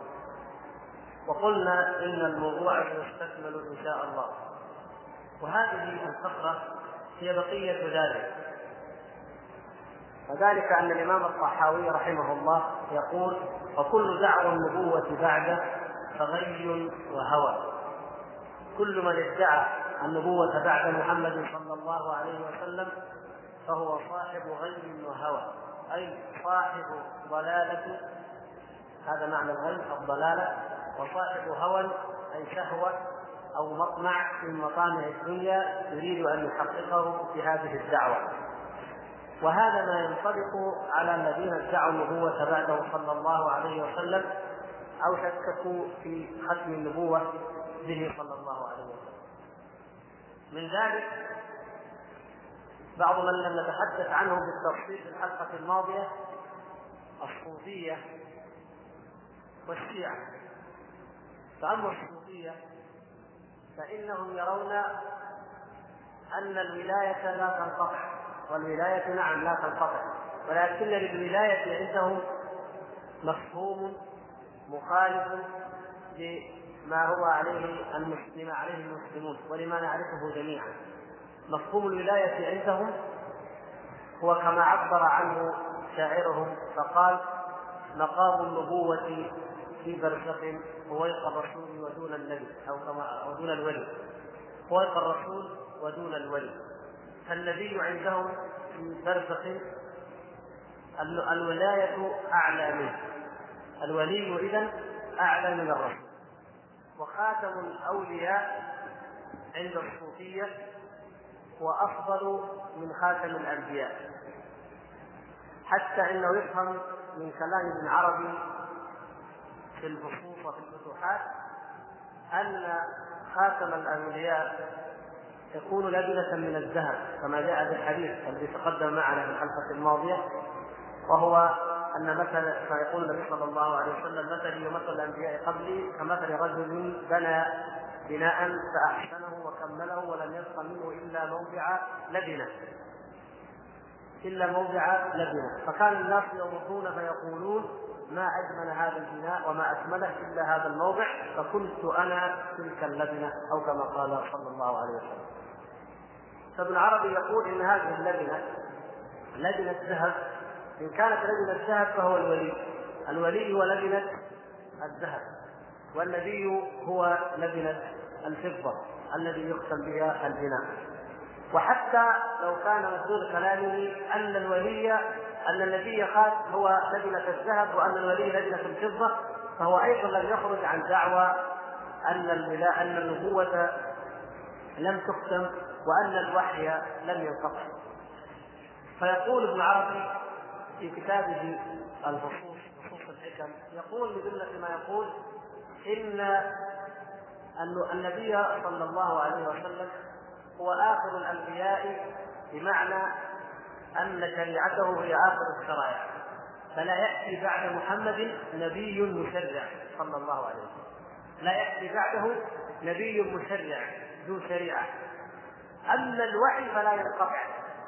وقلنا إن الموضوع سيستكمل إن شاء الله، وهذه الفقرة هي بقية ذلك. وذلك أن الإمام الطحاوي رحمه الله يقول: وكل دعوى النبوة بعده فغي وهوى. كل من ادعى النبوة بعد محمد صلى الله عليه وسلم فهو صاحب غي وهوى، أي صاحب ضلالة. هذا معنى الغي، الضلالة. وصاحب هوى أي شهوة أو مطمع من مطامع الدنيا يريد أن يحققه في هذه الدعوة. وهذا ما ينطبق على الذين ادعوا النبوة بعده صلى الله عليه وسلم أو شككوا في ختم النبوة به صلى الله عليه وسلم. من ذلك بعض من لم نتحدث عنه بالتفصيل في الحلقة الماضية: الصوفية والشيعة. فأما الصوفية فإنهم يرون أن الولاية لا تنقطع، والولاية نعم لا تنقطع، ولكن للولاية عندهم مفهوم مخالف لما هو عليه المسلمون ولما نعرفه جميعا. مفهوم الولاية عندهم هو كما عبر عنه شاعرهم فقال: مقام النبوة في برزخ فوق الرسول ودون النبي، أو ودون الولي، فوق الرسول ودون الولي. فالنبي عندهم في برزخ الولاية أعلى منه، الولي إذن أعلى من الرسول. وخاتم الأولياء عند الصوفية هو أفضل من خاتم الأنبياء، حتى إنه يفهم من كلام ابن عربي في الفصوص وفي الفتوحات أن خاتم الأولياء يكون لبنة من الذهب كما جاء في الحديث الذي تقدم معنا في الحلقة الماضية، وهو أن مثل ما يقول النبي صلى الله عليه وسلم: مثلي ومثل الأنبياء قبلي كمثل رجل بنى بناء فأحسنه وكمله ولم يبق منه إلا موضع لبنة، فكان الناس يمرون فيقولون: ما أجمل هذا البناء وما أكمله إلا هذا الموضع، فكنت أنا تلك اللبنة، أو كما قال صلى الله عليه وسلم. فابن عربي يقول إن هذه اللبنة لبنة ذهب إن كانت لبنة ذهب فهو الولي هو لبنة الذهب، والنبي هو لبنة الفضة الذي يختم بها البناء. وحتى لو كان مقصود كلامه أن النبي خاص هو لبنة الذهب وأن الولي لبنة الفضة، فهو أيضا لم يخرج عن دعوى أن النبوة لم تختم وأن الوحي لم ينقطع. فيقول ابن عربي في كتابه الفصوص الحكم، يقول من جملة ما يقول إن النبي صلى الله عليه وسلم هو آخر الأنبياء، بمعنى أن شريعته هي آخر الشرائع، فلا يأتي بعد محمد نبي مشرع صلى الله عليه وسلم، لا يأتي بعده نبي مشرع ذو شريعة. أما الوحي فلا ينقطع.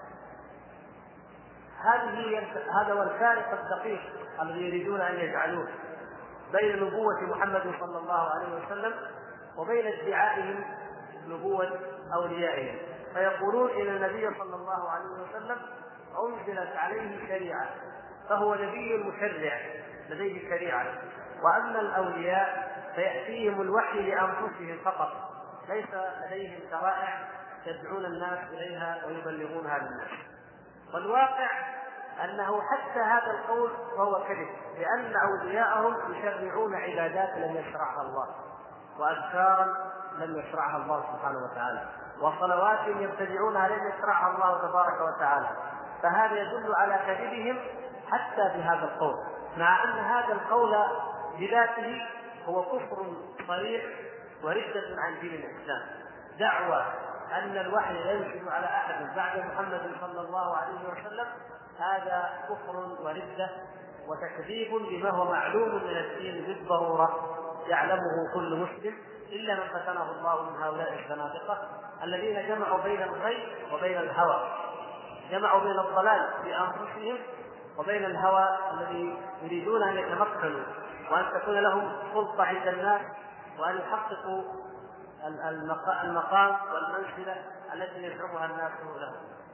هذا هو الفارق الدقيق الذي يريدون أن يجعلوه بين نبوة محمد صلى الله عليه وسلم وبين ادعائهم نبوة أوليائهم. فيقولون إن النبي صلى الله عليه وسلم أنزلت عليه شريعة فهو نبي مشرع لديه شريعة، وأما الأولياء فيأتيهم الوحي لأنفسهم فقط، ليس لديهم شرائع يدعون الناس إليها ويبلغونها للناس. والواقع أنه حتى هذا القول وهو كذب، لأن أولياءهم يشرعون عبادات لم يشرعها الله، وأذكارا لم يشرعها الله سبحانه وتعالى، وصلوات يبتدعونها لم يشرعها الله تبارك وتعالى. فهذا يدل على كذبهم حتى بهذا القول، مع أن هذا القول بذاته هو كفر صريح وردة عن دين الإسلام. دعوى أن الوحي لا ينزل على أحد بعد محمد صلى الله عليه وسلم هذا كفر وردة وتكذيب بما هو معلوم من الدين بالضرورة يعلمه كل مسلم، إلا من فتنه الله من هؤلاء الزنادقة الذين جمعوا بين الغي وبين الهوى، جمعوا بين الضلال بأنفسهم وبين الهوى الذي يريدون أن يتمكنوا وأن تكون لهم سلطة عند الناس وأن يحققوا المقام والمنزلة التي يزعمها الناس لهم.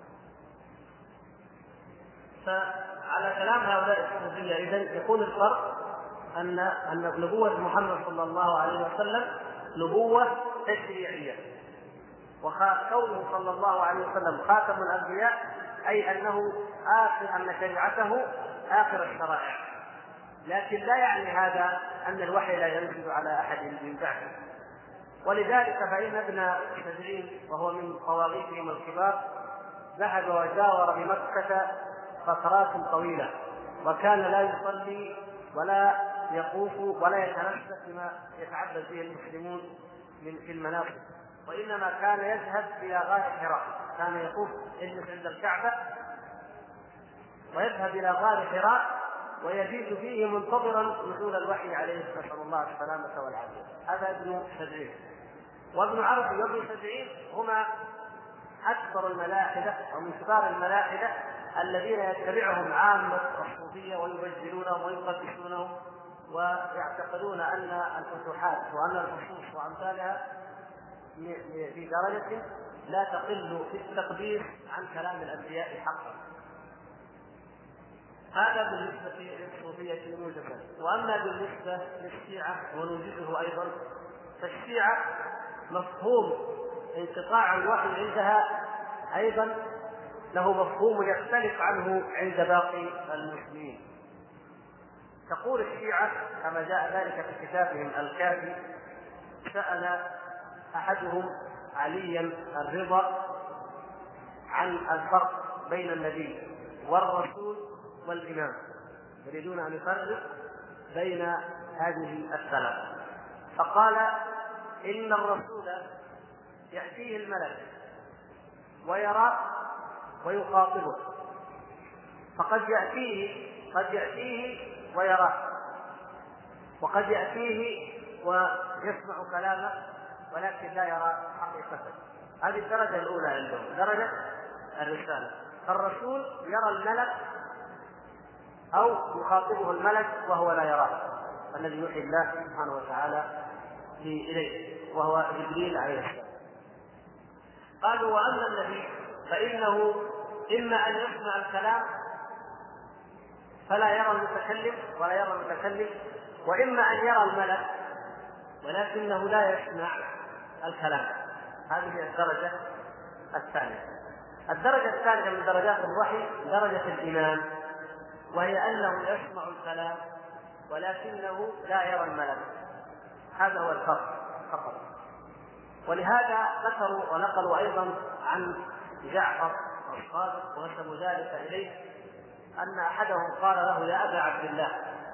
فعلى كلام هؤلاء الصوفية إذن يكون الفرق أن نبوة محمد صلى الله عليه وسلم نبوة تشريعية، وكونه صلى الله عليه وسلم خاتم الأنبياء أي أن شريعته آخر الشرائع، لكن لا يعني هذا أن الوحي لا ينزل على أحد من بعده. ولذلك فإن ابن سبعين وهو من طواغيتهم الكبار ذهب وجاور بمكة فترات طويلة، وكان لا يصلي ولا يطوف ولا يتنفس بما يتعبد به المسلمون في المناصب، وإنما كان يذهب إلى غار حراء، كان يطوف يجلس عند الكعبة ويذهب إلى غار حراء ويبيت فيه منتظرا نزول الوحي عليه نسأل الله السلامة والعافية. هذا ابن سبعين. وابن عربي وابن سبعين هما أكبر الملاحدة ومن كبار الملاحدة الذين يتبعهم عامة الصوفية ويبجلونهم ويقدسونهم ويعتقدون أن الفتوحات وأن النصوص وأمثالها في درجة لا تقل في التقديس عن كلام الأنبياء حقا. هذا بالنسبة للصوفية موجبا. وأما بالنسبة للشيعة ونوجده أيضا، فالشيعة مفهوم انقطاع الوحي عندها أيضا له مفهوم يختلف عنه عند باقي المسلمين. تقول الشيعة كما جاء ذلك في كتابهم الكافي: سأل أحدهم عليا الرضا عن الفرق بين النبي والرسول والإمام، يريدون أن يفرق بين هذه الثلاث، فقال: إن الرسول يأتيه الملك ويرى ويخاطبه، فقد يأتيه ويراه، وقد يأتيه ويسمع كلامه ولكن لا يرى حقيقته. هذه الدرجة الأولى عندهم، درجة الرسالة. فالرسول يرى الملك أو يخاطبه الملك وهو لا يراه، الذي يوحي الله سبحانه وتعالى إليه وهو جبريل عليه السلام. قالوا: وأما النبي فإنه إما أن يسمع الكلام فلا يرى المتكلم ولا يرى المتكلم، وإما أن يرى الملك ولكنه لا يسمع الكلام. هذه الدرجة الثانية. الدرجة الثالثة من درجات الوحي درجة الإمام، وهي أنه يسمع الكلام ولكنه لا يرى الملك. هذا هو الفرق فقط. ولهذا ذكروا ونقلوا أيضا عن جعفر الصادق ونسبوا ذلك إليه أن أحدهم قال له: يا أبا عبد الله،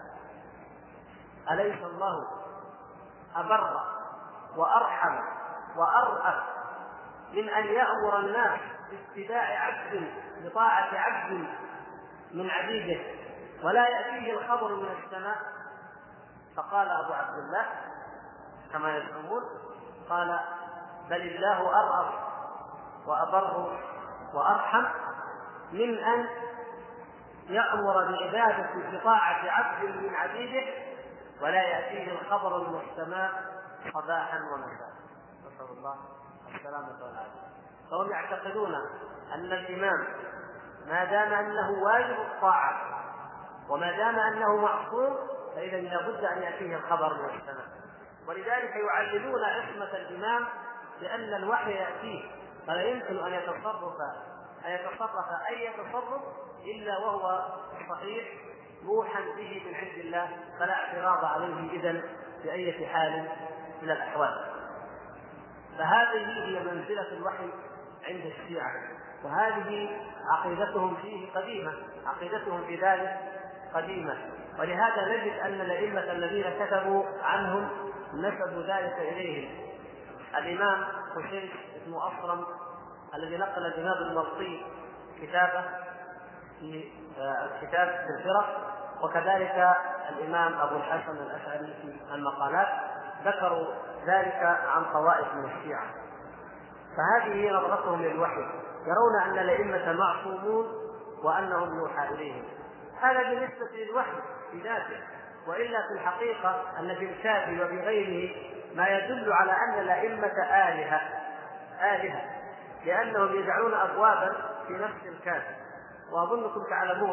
أليس الله أبر وأرحم وأرأف من أن يأمر الناس باتباع عبد بطاعة عبد من عبيده ولا يأتيه الخبر من السماء؟ فقال أبو عبد الله كما يزعمون، قال: بل الله أرأف وأبر وأرحم من أن يأمر بعبادة بطاعة عبد من عبيده ولا يأتيه الخبر من السماء صباحا ومساء. نسأل الله السلامة والعافية. فهم يعتقدون أن الإمام ما دام أنه واجب الطاعة وما دام أنه معصوم فإذا لابد أن يأتيه الخبر من السماء، ولذلك يعللون عصمة الإمام بأن الوحي يأتيه فلا يمكن أن يتصرف أي تصرف إلا وهو صحيح موحى به من عند الله، فلا اعتراض عليه إذن بأي حال من الأحوال. فهذه هي منزلة الوحي عند الشيعة، وهذه عقيدتهم فيه قديمة، عقيدتهم في ذلك قديمة. ولهذا نجد أن الأئمة الذين كتبوا عنهم نسبوا ذلك إليهم. الإمام حسين بن أصرم الذي نقل الإمام المرطي كتابه في الكتاب في الفرق، وكذلك الإمام أبو الحسن الأشعري في المقالات، ذكروا ذلك عن طوائف من الشيعة. فهذه هي نظرتهم للوحي، يرون أن الأئمة معصومون وأنهم يوحى إليهم. هذا بالنسبة للوحي في ذاته، وإلا في الحقيقة أن في الكافي وبغيره ما يدل على أن الأئمة آلهة، لأنهم يجعلون أبوابا في نفس الكافي. وأظنكم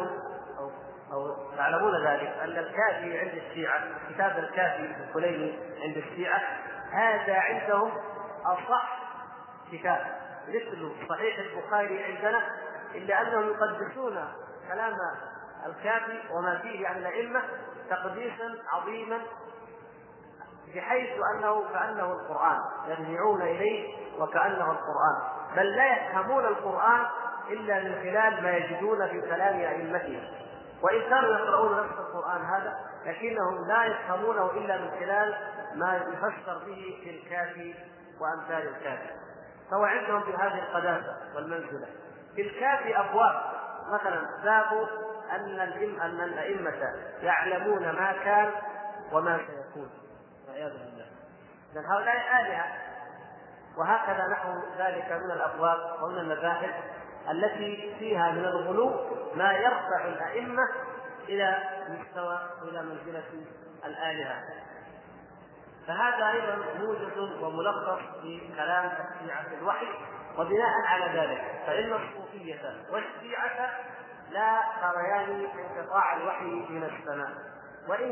تعلمون ذلك أن الكافي عند الشيعة، كتاب الكافي الكليني عند الشيعة، هذا عندهم أصح كتاب مثل صحيح البخاري عندنا، إلا أنهم يقدسون كلام الكافي وما فيه عن الأئمة تقديسا عظيما، بحيث أنه كأنه القرآن، يرجعون إليه وكأنه القرآن، بل لا يفهمون القرآن إلا من خلال ما يجدون في كلام أئمتهم. وإن كانوا يقرؤون نفس القرآن هذا لكنهم لا يفهمونه إلا من خلال ما يفسر به في الكافي وأمثال الكافي. فهو عندهم بهذه القداسة والمنزلة. في الكافي أبواب، مثلا باب أن الأئمة يعلمون ما كان وما سيكون والعياذ بالله، لأن هؤلاء آلهة. وهكذا نحو ذلك من الأبواب ومن المباحث التي فيها من الغلو ما يرفع الأئمة إلى مستوى إلى منزلة الآلهة. فهذا أيضا موجز وملخص في كلام الشيعة في الوحي. وبناء على ذلك فإن الصوفية والشيعة لا تريان انقطاع الوحي من السماء، وإن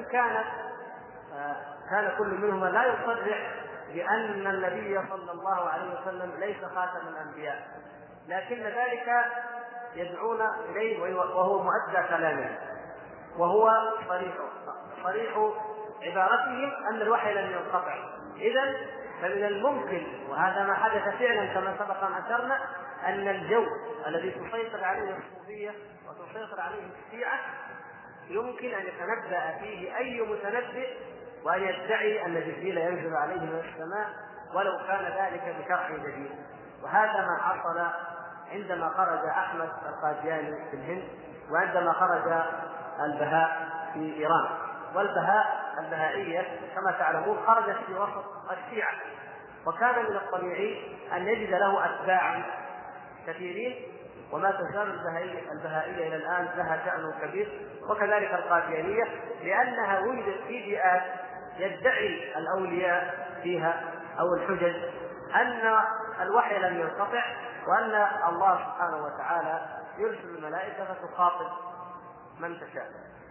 كان كل منهما لا يصرح بأن النبي صلى الله عليه وسلم ليس خاتم الأنبياء، لكن ذلك يدعون إليه وهو مؤدى كلامه، وهو صريح عبارتهم أن الوحي لم ينقطع. إذن فمن الممكن، وهذا ما حدث فعلا كما سبق أن أشرنا، أن الجو الذي تسيطر عليه الصوفية وتسيطر عليه الشيعة يمكن أن يتنبأ فيه أي متنبئ وأن يدعي أن جبريل ينزل عليه من السماء ولو كان ذلك بشرع جديد. وهذا ما حصل عندما خرج أحمد القادياني في الهند، وعندما خرج البهاء في إيران. والبهائية كما تعلمون خرجت في وسط الشيعة، وكان من الطبيعي أن يجد له أتباعا كثيرين، وما تزال البهائية إلى الآن لها شأن كبير، وكذلك القاديانية، لأنها وجدت في بيئات يدعي الأولياء فيها أو الحجج أن الوحي لم ينقطع، وأن الله سبحانه وتعالى يرسل الملائكة فتخاطب من تشاء.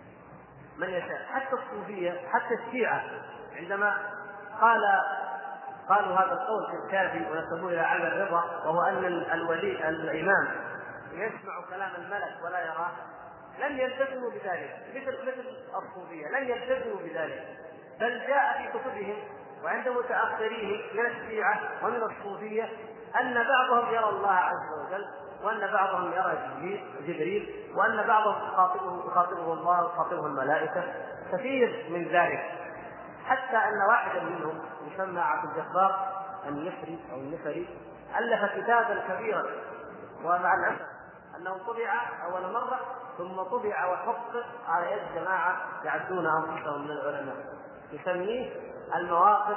من يشاء. حتى الصوفية، حتى الشيعة عندما قالوا هذا القول في الكافي ونسبوه إلى علي الرضا، وهو أن الولي الإمام يسمع كلام الملك ولا يراه، لم يلتزموا بذلك مثل الصوفية، لم يلتزموا بذلك، بل جاء في كتبهم وعند متأخرين من الشيعة ومن الصوفية أن بعضهم يرى الله عز وجل، وأن بعضهم يرى جبريل، وأن بعضهم يخاطبه الله ويخاطبه الملائكة، كثير من ذلك. حتى أن واحدا منهم يسمى عبد الجبار النفري ألف كتابا كبيرا، ومع الأسف أنه طبع أول مرة ثم طبع وحقق على يد جماعة يعدون أنفسهم من العلماء، يسميه المواقف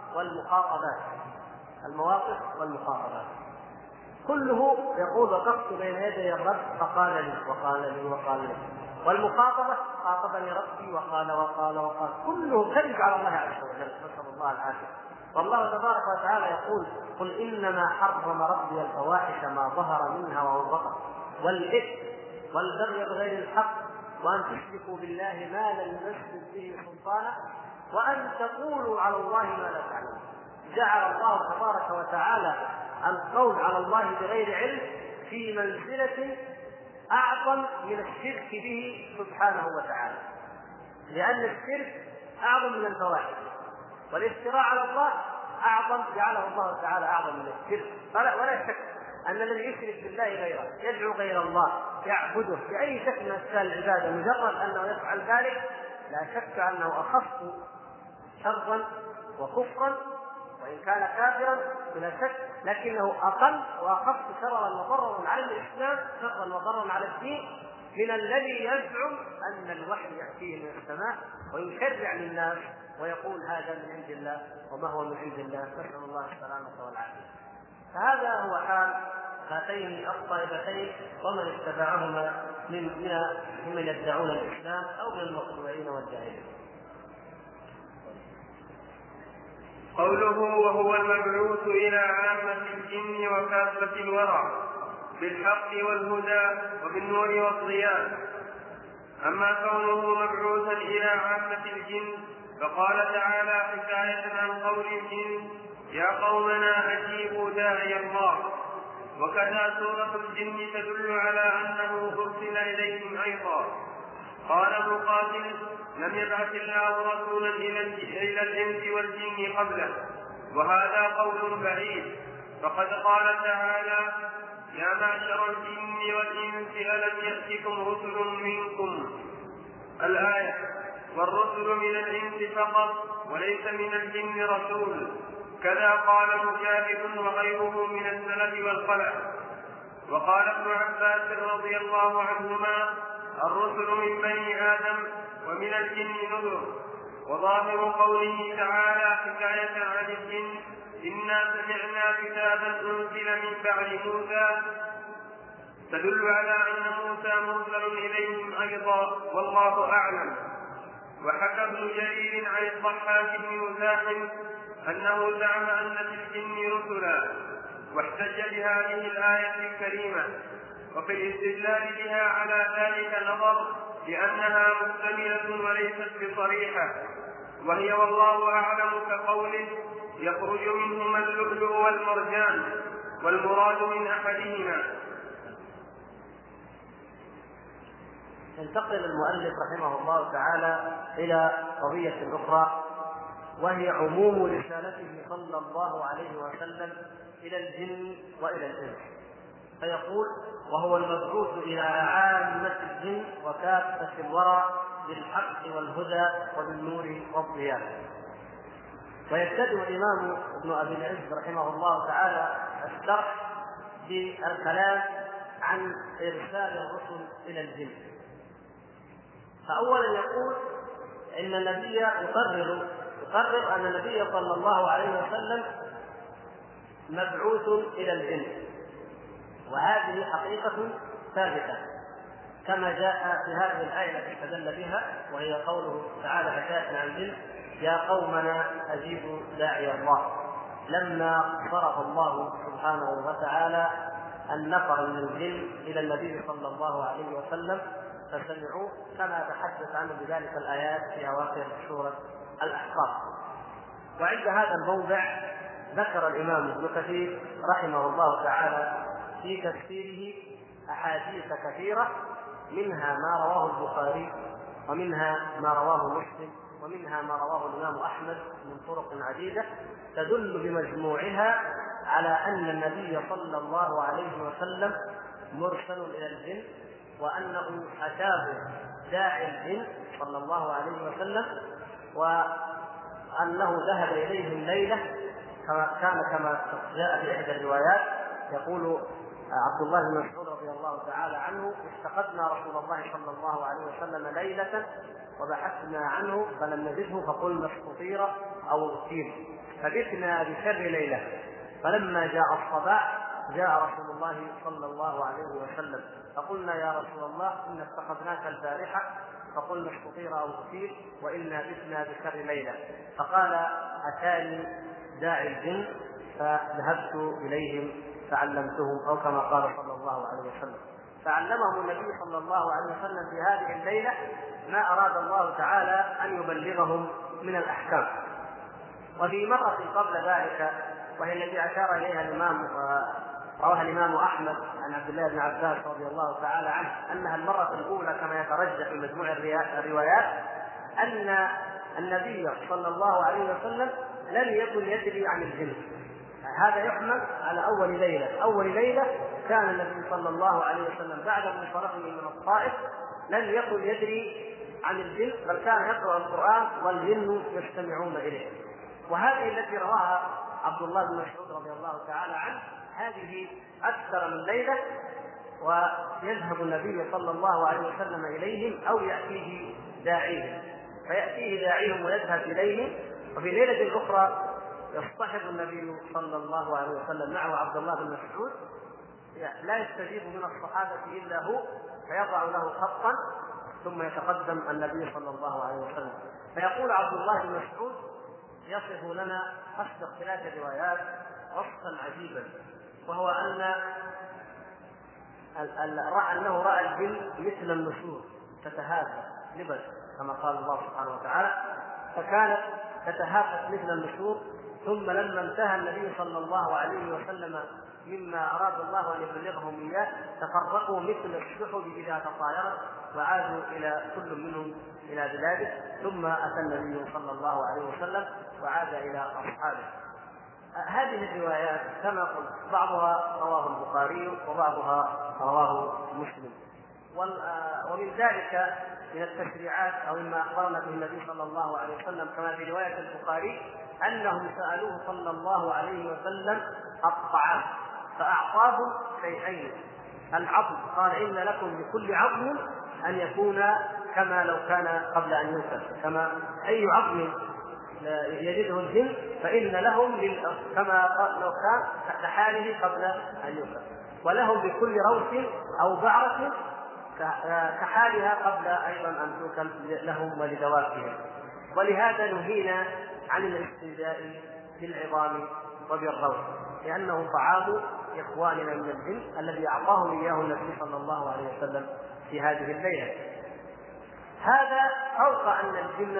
والمخاطبات. كله يقول وقفت بين يدي الرب فقال لي. والمخاطبة خاطبني ربي وقال. كله كذب على الله عز وجل، نسأل الله العافية. والله تبارك وتعالى يقول: قل إنما حرم ربي الفواحش ما ظهر منها وما بطن والإثم والبغي بغير الحق وأن تشركوا بالله ما لم ينزل به سلطانا وأن تقولوا على الله ما لا تعلمون. جعل الله تبارك وتعالى القول على الله بغير علم في منزلة أعظم من الشرك به سبحانه وتعالى، لأن الشرك أعظم من الفواحش، والافتراء على الله أعظم، جعله الله تعالى أعظم من الشرك. ولا شك أن الذي يشرك بالله غيره، يدعو غير الله، يعبده بأي شكل من أشكال العبادة، مجرد أنه يفعل ذلك لا شك أنه أخف شرا وكفرا، وإن كان كافرا بلا شك، لكنه أقل وأخف شرا وضررا على الإسلام، شرا وضررا على الدين، من الذي يزعم أن الوحي يأتيه من السماء ويشرع للناس ويقول هذا من عند الله وما هو من عند الله، نسأل الله السلامة والعافية. فهذا هو حال هاتين الطائفتين ومن اتبعهما ممن يدعون الإسلام أو من المخلوعين والجاهلين. قوله: وهو المبعوث إلى عامة الجن وكافة الورع بالحق والهدى وبالنور والضياء. أما كونه مبعوثا إلى عامة الجن فقال تعالى حكاية عن قول الجن: يا قومنا أجيبوا داعي الله. وكذا سورة الجن تدل على أنه أرسل إليهم أيضا. قال مقاتل: لم يبعث الله رسولا إلى الإنس والجن قبله، وهذا قول بعيد، فقد قال تعالى: يا معشر الجن والإنس ألم يأتكم رسل منكم، الآية. والرسل من الإنس فقط وليس من الجن رسول. كذا قال مجاهد وغيره من السلف والخلف. وقال ابن عباس رضي الله عنهما: الرسل من بني آدم ومن الجن نذر. وظاهر قوله تعالى حكاية عن الجن: إنا سمعنا كتابا أنزل من بعد موسى، تدل على أن موسى مرسل إليهم أيضا، والله أعلم. وحكى ابن جرير عن الضحاك بن مزاحم أنه زعم أن في الجن رسلا، واحتج بهذه الآية الكريمة. وفي الاستدلال بها على ذلك نظر، لأنها محتملة وليست بصريحة، وهي والله أعلم كقوله: يخرج منهما اللؤلؤ والمرجان، والمراد من أحدهما. ينتقل المؤلف رحمه الله تعالى إلى قضية أخرى، وهي عموم رسالته صلى الله عليه وسلم إلى الجن وإلى الإنس. فيقول: وهو المبعوث إلى عامة الجن وكافة الورى بالحق والهدى وبالنور والضياء. ويبتدئ الإمام ابن أبي العز رحمه الله تعالى الشرح بالكلام عن إرسال الرسل إلى الجن. فأولا يقول إن النبي يقرر أن النبي صلى الله عليه وسلم مبعوث إلى الجن، وهذه حقيقة ثابتة كما جاء في هذه الآية التي استدل بها، وهي قوله تعالى حكاية عن الجن: يا قومنا أجيبوا داعي الله. لما صرف الله سبحانه وتعالى النفر من الجن إلى النبي صلى الله عليه وسلم فسمعوه كما تحدث عنه بذلك الآيات في أواخر سورة الأحقاف. وعند هذا الموضع ذكر الإمام ابن كثير رحمه الله تعالى في تفسيره أحاديث كثيرة، منها ما رواه البخاري، ومنها ما رواه مسلم، ومنها ما رواه الإمام أحمد من طرق عديدة، تدل بمجموعها على أن النبي صلى الله عليه وسلم مرسل إلى الجن، وأنه أتاه داعي الجن صلى الله عليه وسلم، وأنه ذهب إليهم ليلة كما جاء في إحدى الروايات. يقول عبد الله بن مسعود رضي الله تعالى عنه: افتقدنا رسول الله صلى الله عليه وسلم ليلة وبحثنا عنه فلم نجده فقلنا استطير أو اغتيل فبتنا بشر ليلة، فلما جاء الصباح جاء رسول الله صلى الله عليه وسلم فقلنا يا رسول الله إن افتقدناك البارحة فقلنا استطير أو اغتيل وإنا بتنا بشر ليلة، فقال أتاني داعي الجن فذهبت إليهم فعلمتهم، أو كما قال صلى الله عليه وسلم. فعلمهم النبي صلى الله عليه وسلم في هذه الليلة ما أراد الله تعالى أن يبلغهم من الأحكام. وفي مرة قبل ذلك، وهي التي أشار إليها الإمام رواه الإمام أحمد عن عبد الله بن عباس رضي الله تعالى عنه أنها المرة الأولى كما يترجح في مجموع الروايات أن النبي صلى الله عليه وسلم لم يكن يدري عن الجن. هذا يحمل على أول ليلة كان النبي صلى الله عليه وسلم بعد انصرافه من الطائف لم يكن يدري عن الجن، بل كان يقرأ القرآن والجن يستمعون إليه. وهذه التي رواها عبد الله بن مسعود رضي الله تعالى عنه هذه أكثر من ليلة، ويذهب النبي صلى الله عليه وسلم إليهم أو يأتيه داعيهم، فيأتيه داعيهم ويذهب إليهم. وفي ليلة أخرى يصطحب النبي صلى الله عليه وسلم معه عبد الله بن مسعود، لا يستجيب من الصحابة إلا هو، فيضع له خطا ثم يتقدم النبي صلى الله عليه وسلم. فيقول عبد الله بن مسعود يصف لنا حسب اختلاف الروايات وصفا عجيبا، وهو أنه رأى الجن مثل النسور تتهافت لبس كما قال الله سبحانه وتعالى، فكانت تتهافت مثل النسور. ثم لما انتهى النبي صلى الله عليه وسلم مما أراد الله أن يبلغهم إياه تفرقوا مثل السحب إذا تطايرت وعادوا إلى كل منهم إلى بلاده. ثم أتى النبي صلى الله عليه وسلم وعاد إلى أصحابه. هذه الروايات كما قلت بعضها رواه البخاري وبعضها رواه مسلم. ومن ذلك من التشريعات أو مما أخبرنا به النبي صلى الله عليه وسلم كما في رواية البخاري أنهم سألوه صلى الله عليه وسلم الطعام فأعطاهم شيئين: العظم، قال إن لكم لكل عظم أن يكون كما لو كان قبل أن ينسف، كما أي عظم يجده الجن فإن لهم كما لو كان كحاله قبل أن ينسف، ولهم بكل روث أو بعرة كحالها قبل أيضا أن توكل لهم ولدوابهم. ولهذا نهينا عن الاستنجاء بالعظام وبالروث، لأنه طعام إخواننا من الجن الذي أعطاهم إياه النبي صلى الله عليه وسلم في هذه الليلة. هذا فوق أن الجن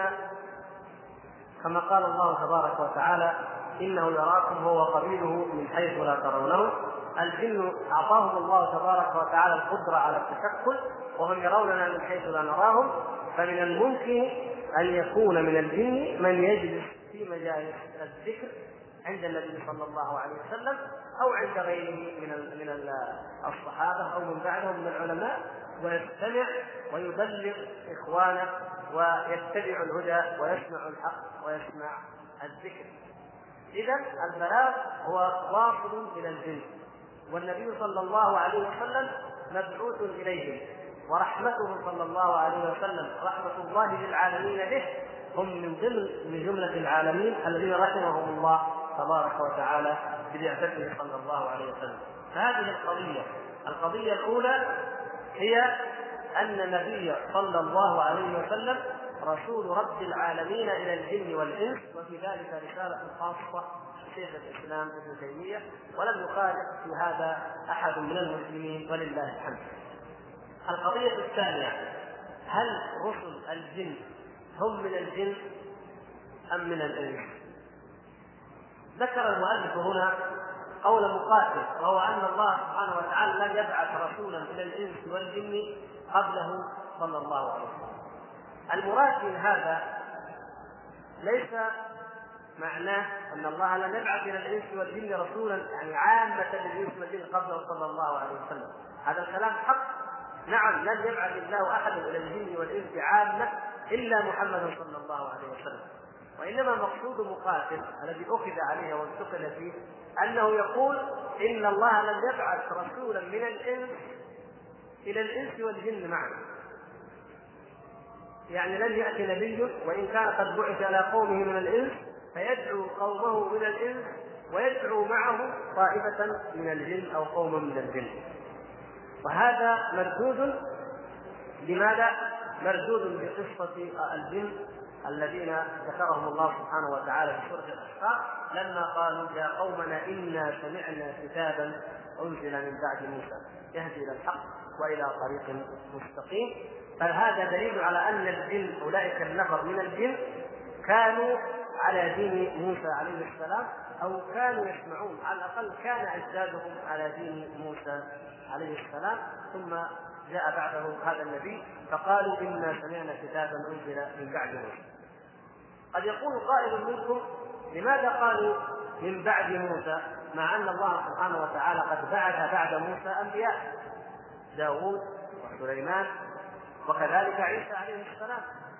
كما قال الله تبارك وتعالى إنه يراكم هو وقبيله من حيث لا ترونه. الجن أعطاهم الله تبارك وتعالى القدرة على التشكل وهم يروننا من حيث لا نراهم، فمن الممكن أن يكون من الجن من يجلس في مجالس الذكر عند النبي صلى الله عليه وسلم أو عند غيره من الصحابة أو من بعدهم من العلماء، ويستمع ويبلغ إخوانه ويتبع الهدى ويسمع الحق ويسمع الذكر. إذن البلاغ هو واصل إلى الجن، والنبي صلى الله عليه وسلم مبعوث إليهم، ورحمته صلى الله عليه وسلم رحمة الله للعالمين به، هم من جملة العالمين الذين رحمهم الله تبارك وتعالى ببعثته صلى الله عليه وسلم. فهذه القضية الأولى هي أن النبي صلى الله عليه وسلم رسول رب العالمين إلى الجن والإنس، وفي ذلك رسالة خاصة شيخ الإسلام ابن تيمية، ولم يخالف في هذا أحد من المسلمين ولله الحمد. القضية الثانية هل رسل الجن هم من الجن أم من الإنس؟ ذكر المؤلف هنا قول مقاتل، وهو أن الله سبحانه وتعالى لم يبعث رسولا إلى الإنس والجن قبله صلى الله عليه وسلم. المراد من هذا ليس معناه أن الله لم يبعث إلى الإنس والجن رسولا يعني عامة للإنس والجن قبله صلى الله عليه وسلم، هذا الكلام حق. نعم، لم يبعث الله أحد إلى الجن والإنس عامة إلا محمد صلى الله عليه وسلم، وإنما مقصود مقاتل الذي أخذ عليه وانتقل فيه أنه يقول إن الله لم يبعث رسولا من الإنس إلى الإنس والجن معا، يعني لن يأتي نبي وإن كان قد بعث إلى قومه من الإنس فيدعو قومه من الإنس ويدعو معه طائفة من الجن أو قوما من الجن. وهذا مردود لماذا؟ مردود بقصة الجن الذين ذكرهم الله سبحانه وتعالى في سورة الأحقاف لما قالوا يا قومنا إنا سمعنا كتابا أنزل من بعد موسى يهدي إلى الحق وإلى طريق مستقيم. فهذا دليل على أن الجن أولئك النفر من الجن كانوا على دين موسى عليه السلام، أو كانوا يسمعون، على الأقل كان أجدادهم على دين موسى عليه السلام، ثم جاء بعده هذا النبي فقالوا إنا سمعنا كتابا أنزل من بعد موسى. قد يقول قائل منكم لماذا قالوا من بعد موسى مع أن الله سبحانه وتعالى قد بعث بعد موسى أنبياء داود وسليمان وكذلك عيسى عليه السلام؟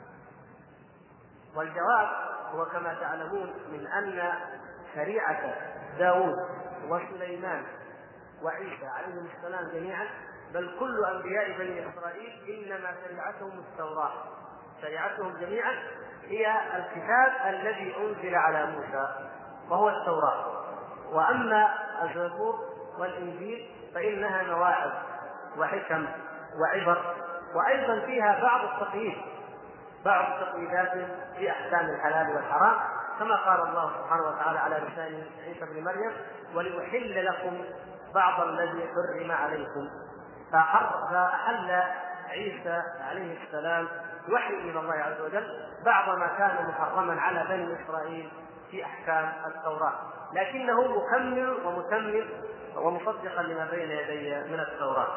والجواب هو كما تعلمون من أن شريعة داود وسليمان وعيسى عليهم السلام جميعا بل كل أنبياء بني إسرائيل إنما شريعتهم التوراة، شريعتهم جميعا هي الكتاب الذي أنزل على موسى وهو التوراة. وأما الزبور والإنجيل فإنها مواعظ وحكم وعبر، وأيضا فيها بعض التقييدات في أحكام الحلال والحرام، كما قال الله سبحانه وتعالى على لسان عيسى بن مريم ولأحل لكم بعض الذي حرم عليكم. فأحل عيسى عليه السلام وحي من الله عز وجل بعض ما كان محرما على بني إسرائيل في أحكام التوراة، لكنه مكمل ومتمم ومصدقا لما بين يدي من التوراة.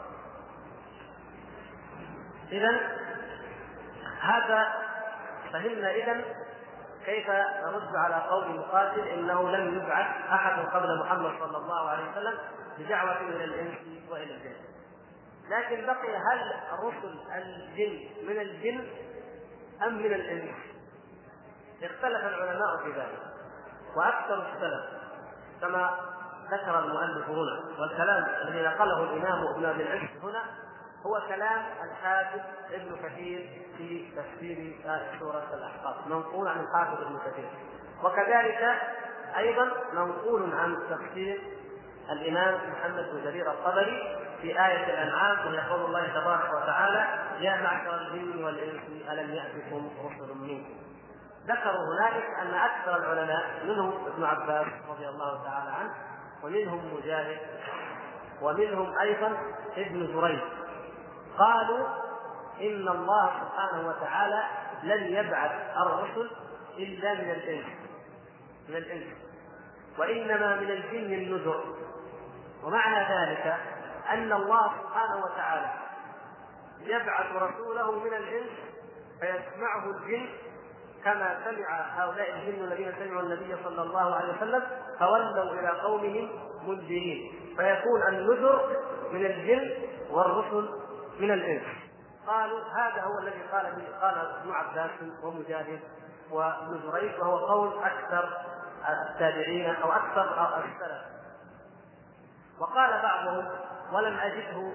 إذن هذا فهمنا كيف نرد على قول مقاتل إنه لم يبعث أحد قبل محمد صلى الله عليه وسلم بدعوة إلى الإنس وإلى الجن. لكن بقي هل رسل الجن من الجن أم من الإنس؟ اختلف العلماء في ذلك، وأكثر السلف كما ذكر المؤلف هنا، والكلام الذي نقله الإمام ابن أبي العز هنا هو كلام الحافظ ابن كثير في تفسير سورة الأحقاف، منقول عن الحافظ ابن كثير، وكذلك أيضا منقول عن تفسير الإمام محمد بن جرير الطبري في آية الأنعام وهي قول الله تبارك وتعالى يا معشر الجن والإنس ألم يأتكم رسل منكم. ذكروا هنالك أن أكثر العلماء منهم ابن عباس رضي الله تعالى عنه ومنهم مجاهد ومنهم أيضا ابن جريج قالوا إن الله سبحانه وتعالى لن يبعث الرسل إلا من الإنس وإنما من الجن النذر. ومعنى ذلك أن الله سبحانه وتعالى يبعث رسوله من الإنس فيسمعه الجن كما سمع هؤلاء الجن الذين سمعوا النبي صلى الله عليه وسلم فولوا إلى قومهم منذرين، فيكون النذر من الجن والرسل من الإنس. قالوا هذا هو الذي قال ابن عباس ومجاهد وابن جريج، وهو قول أكثر التابعين أو أكثر السلف. وقال بعضهم ولم أجده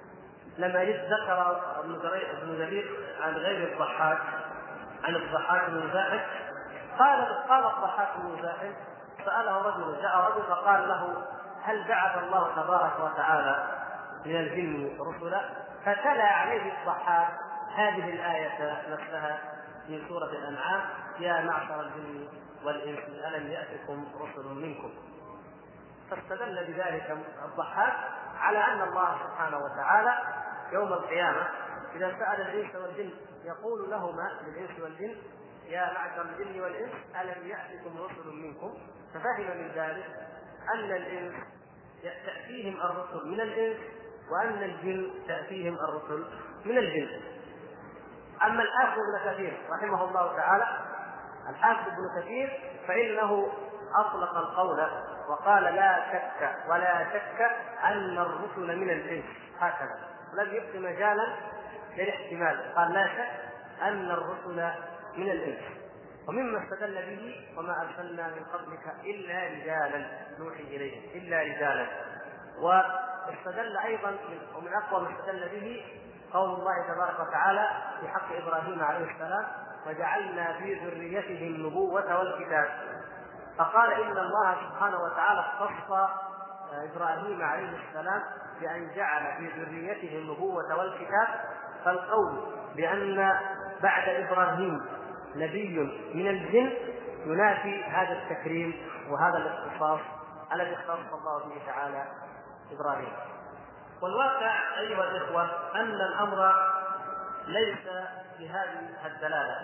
ذكر ابن جرير عن غير الضحاك عن الضحاك بن مزاحم قال الضحاك بن مزاحم سأله رجل، جاء رجل فقال له هل بعث الله تبارك وتعالى من الجن رسلا؟ فتلا عليه الضحاك هذه الآية نفسها من سورة الأنعام يا معشر الجن والإنس ألم يأتكم رسل منكم. فاستدل بذلك الضحاك على أن الله سبحانه وتعالى يوم القيامة إذا سأل الإنس والجن يقول لهما للإنس والجن يا معشر الجن والإنس ألم يأتكم رسل منكم؟ ففهم من ذلك أن الإنس تأتيهم الرسل من الإنس وأن الجن تأتيهم الرسل من الجن. أما الحافظ ابن كثير رحمه الله تعالى، الحافظ ابن كثير فإنه أطلق القول وقال لا شك أن الرسل من الإنس، هكذا لم يبق مجالا للاحتمال، قال لا شك أن الرسل من الإنس. ومما استدل به وما أرسلنا من قبلك إلا رجالا نوحي إليهم إلا رجالا. واستدل أيضا ومن أقوى ما استدل به قول الله تبارك وتعالى في حق إبراهيم عليه السلام وجعلنا في ذريته النبوة والكتاب، فقال إن الله سبحانه وتعالى اختص إبراهيم عليه السلام بأن جعل في ذريته النبوة والكتاب. فالقول بأن بعد إبراهيم نبي من الجن ينافي هذا التكريم وهذا الاختصاص الذي اختص الله به تعالى إبراهيم. والواقع أيها الإخوة أن الأمر ليس بهذه الدلالة،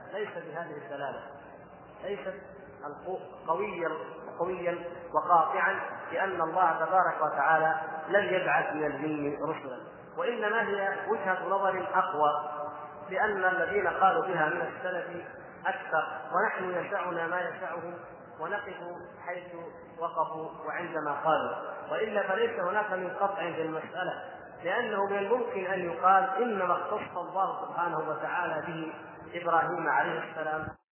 ليست قويا وقاطعا بأن الله تبارك وتعالى لم يبعث من الجن رسلا، وإنما هي وجهة نظر أقوى، لأن الذين قالوا بها من السلف أكثر، ونحن يسعنا ما يسعهم ونقف حيث وقفوا وعندما قالوا، وإلا فليس هناك من قطع في المسألة، لأنه من الممكن أن يقال إنما اختص الله سبحانه وتعالى به إبراهيم عليه السلام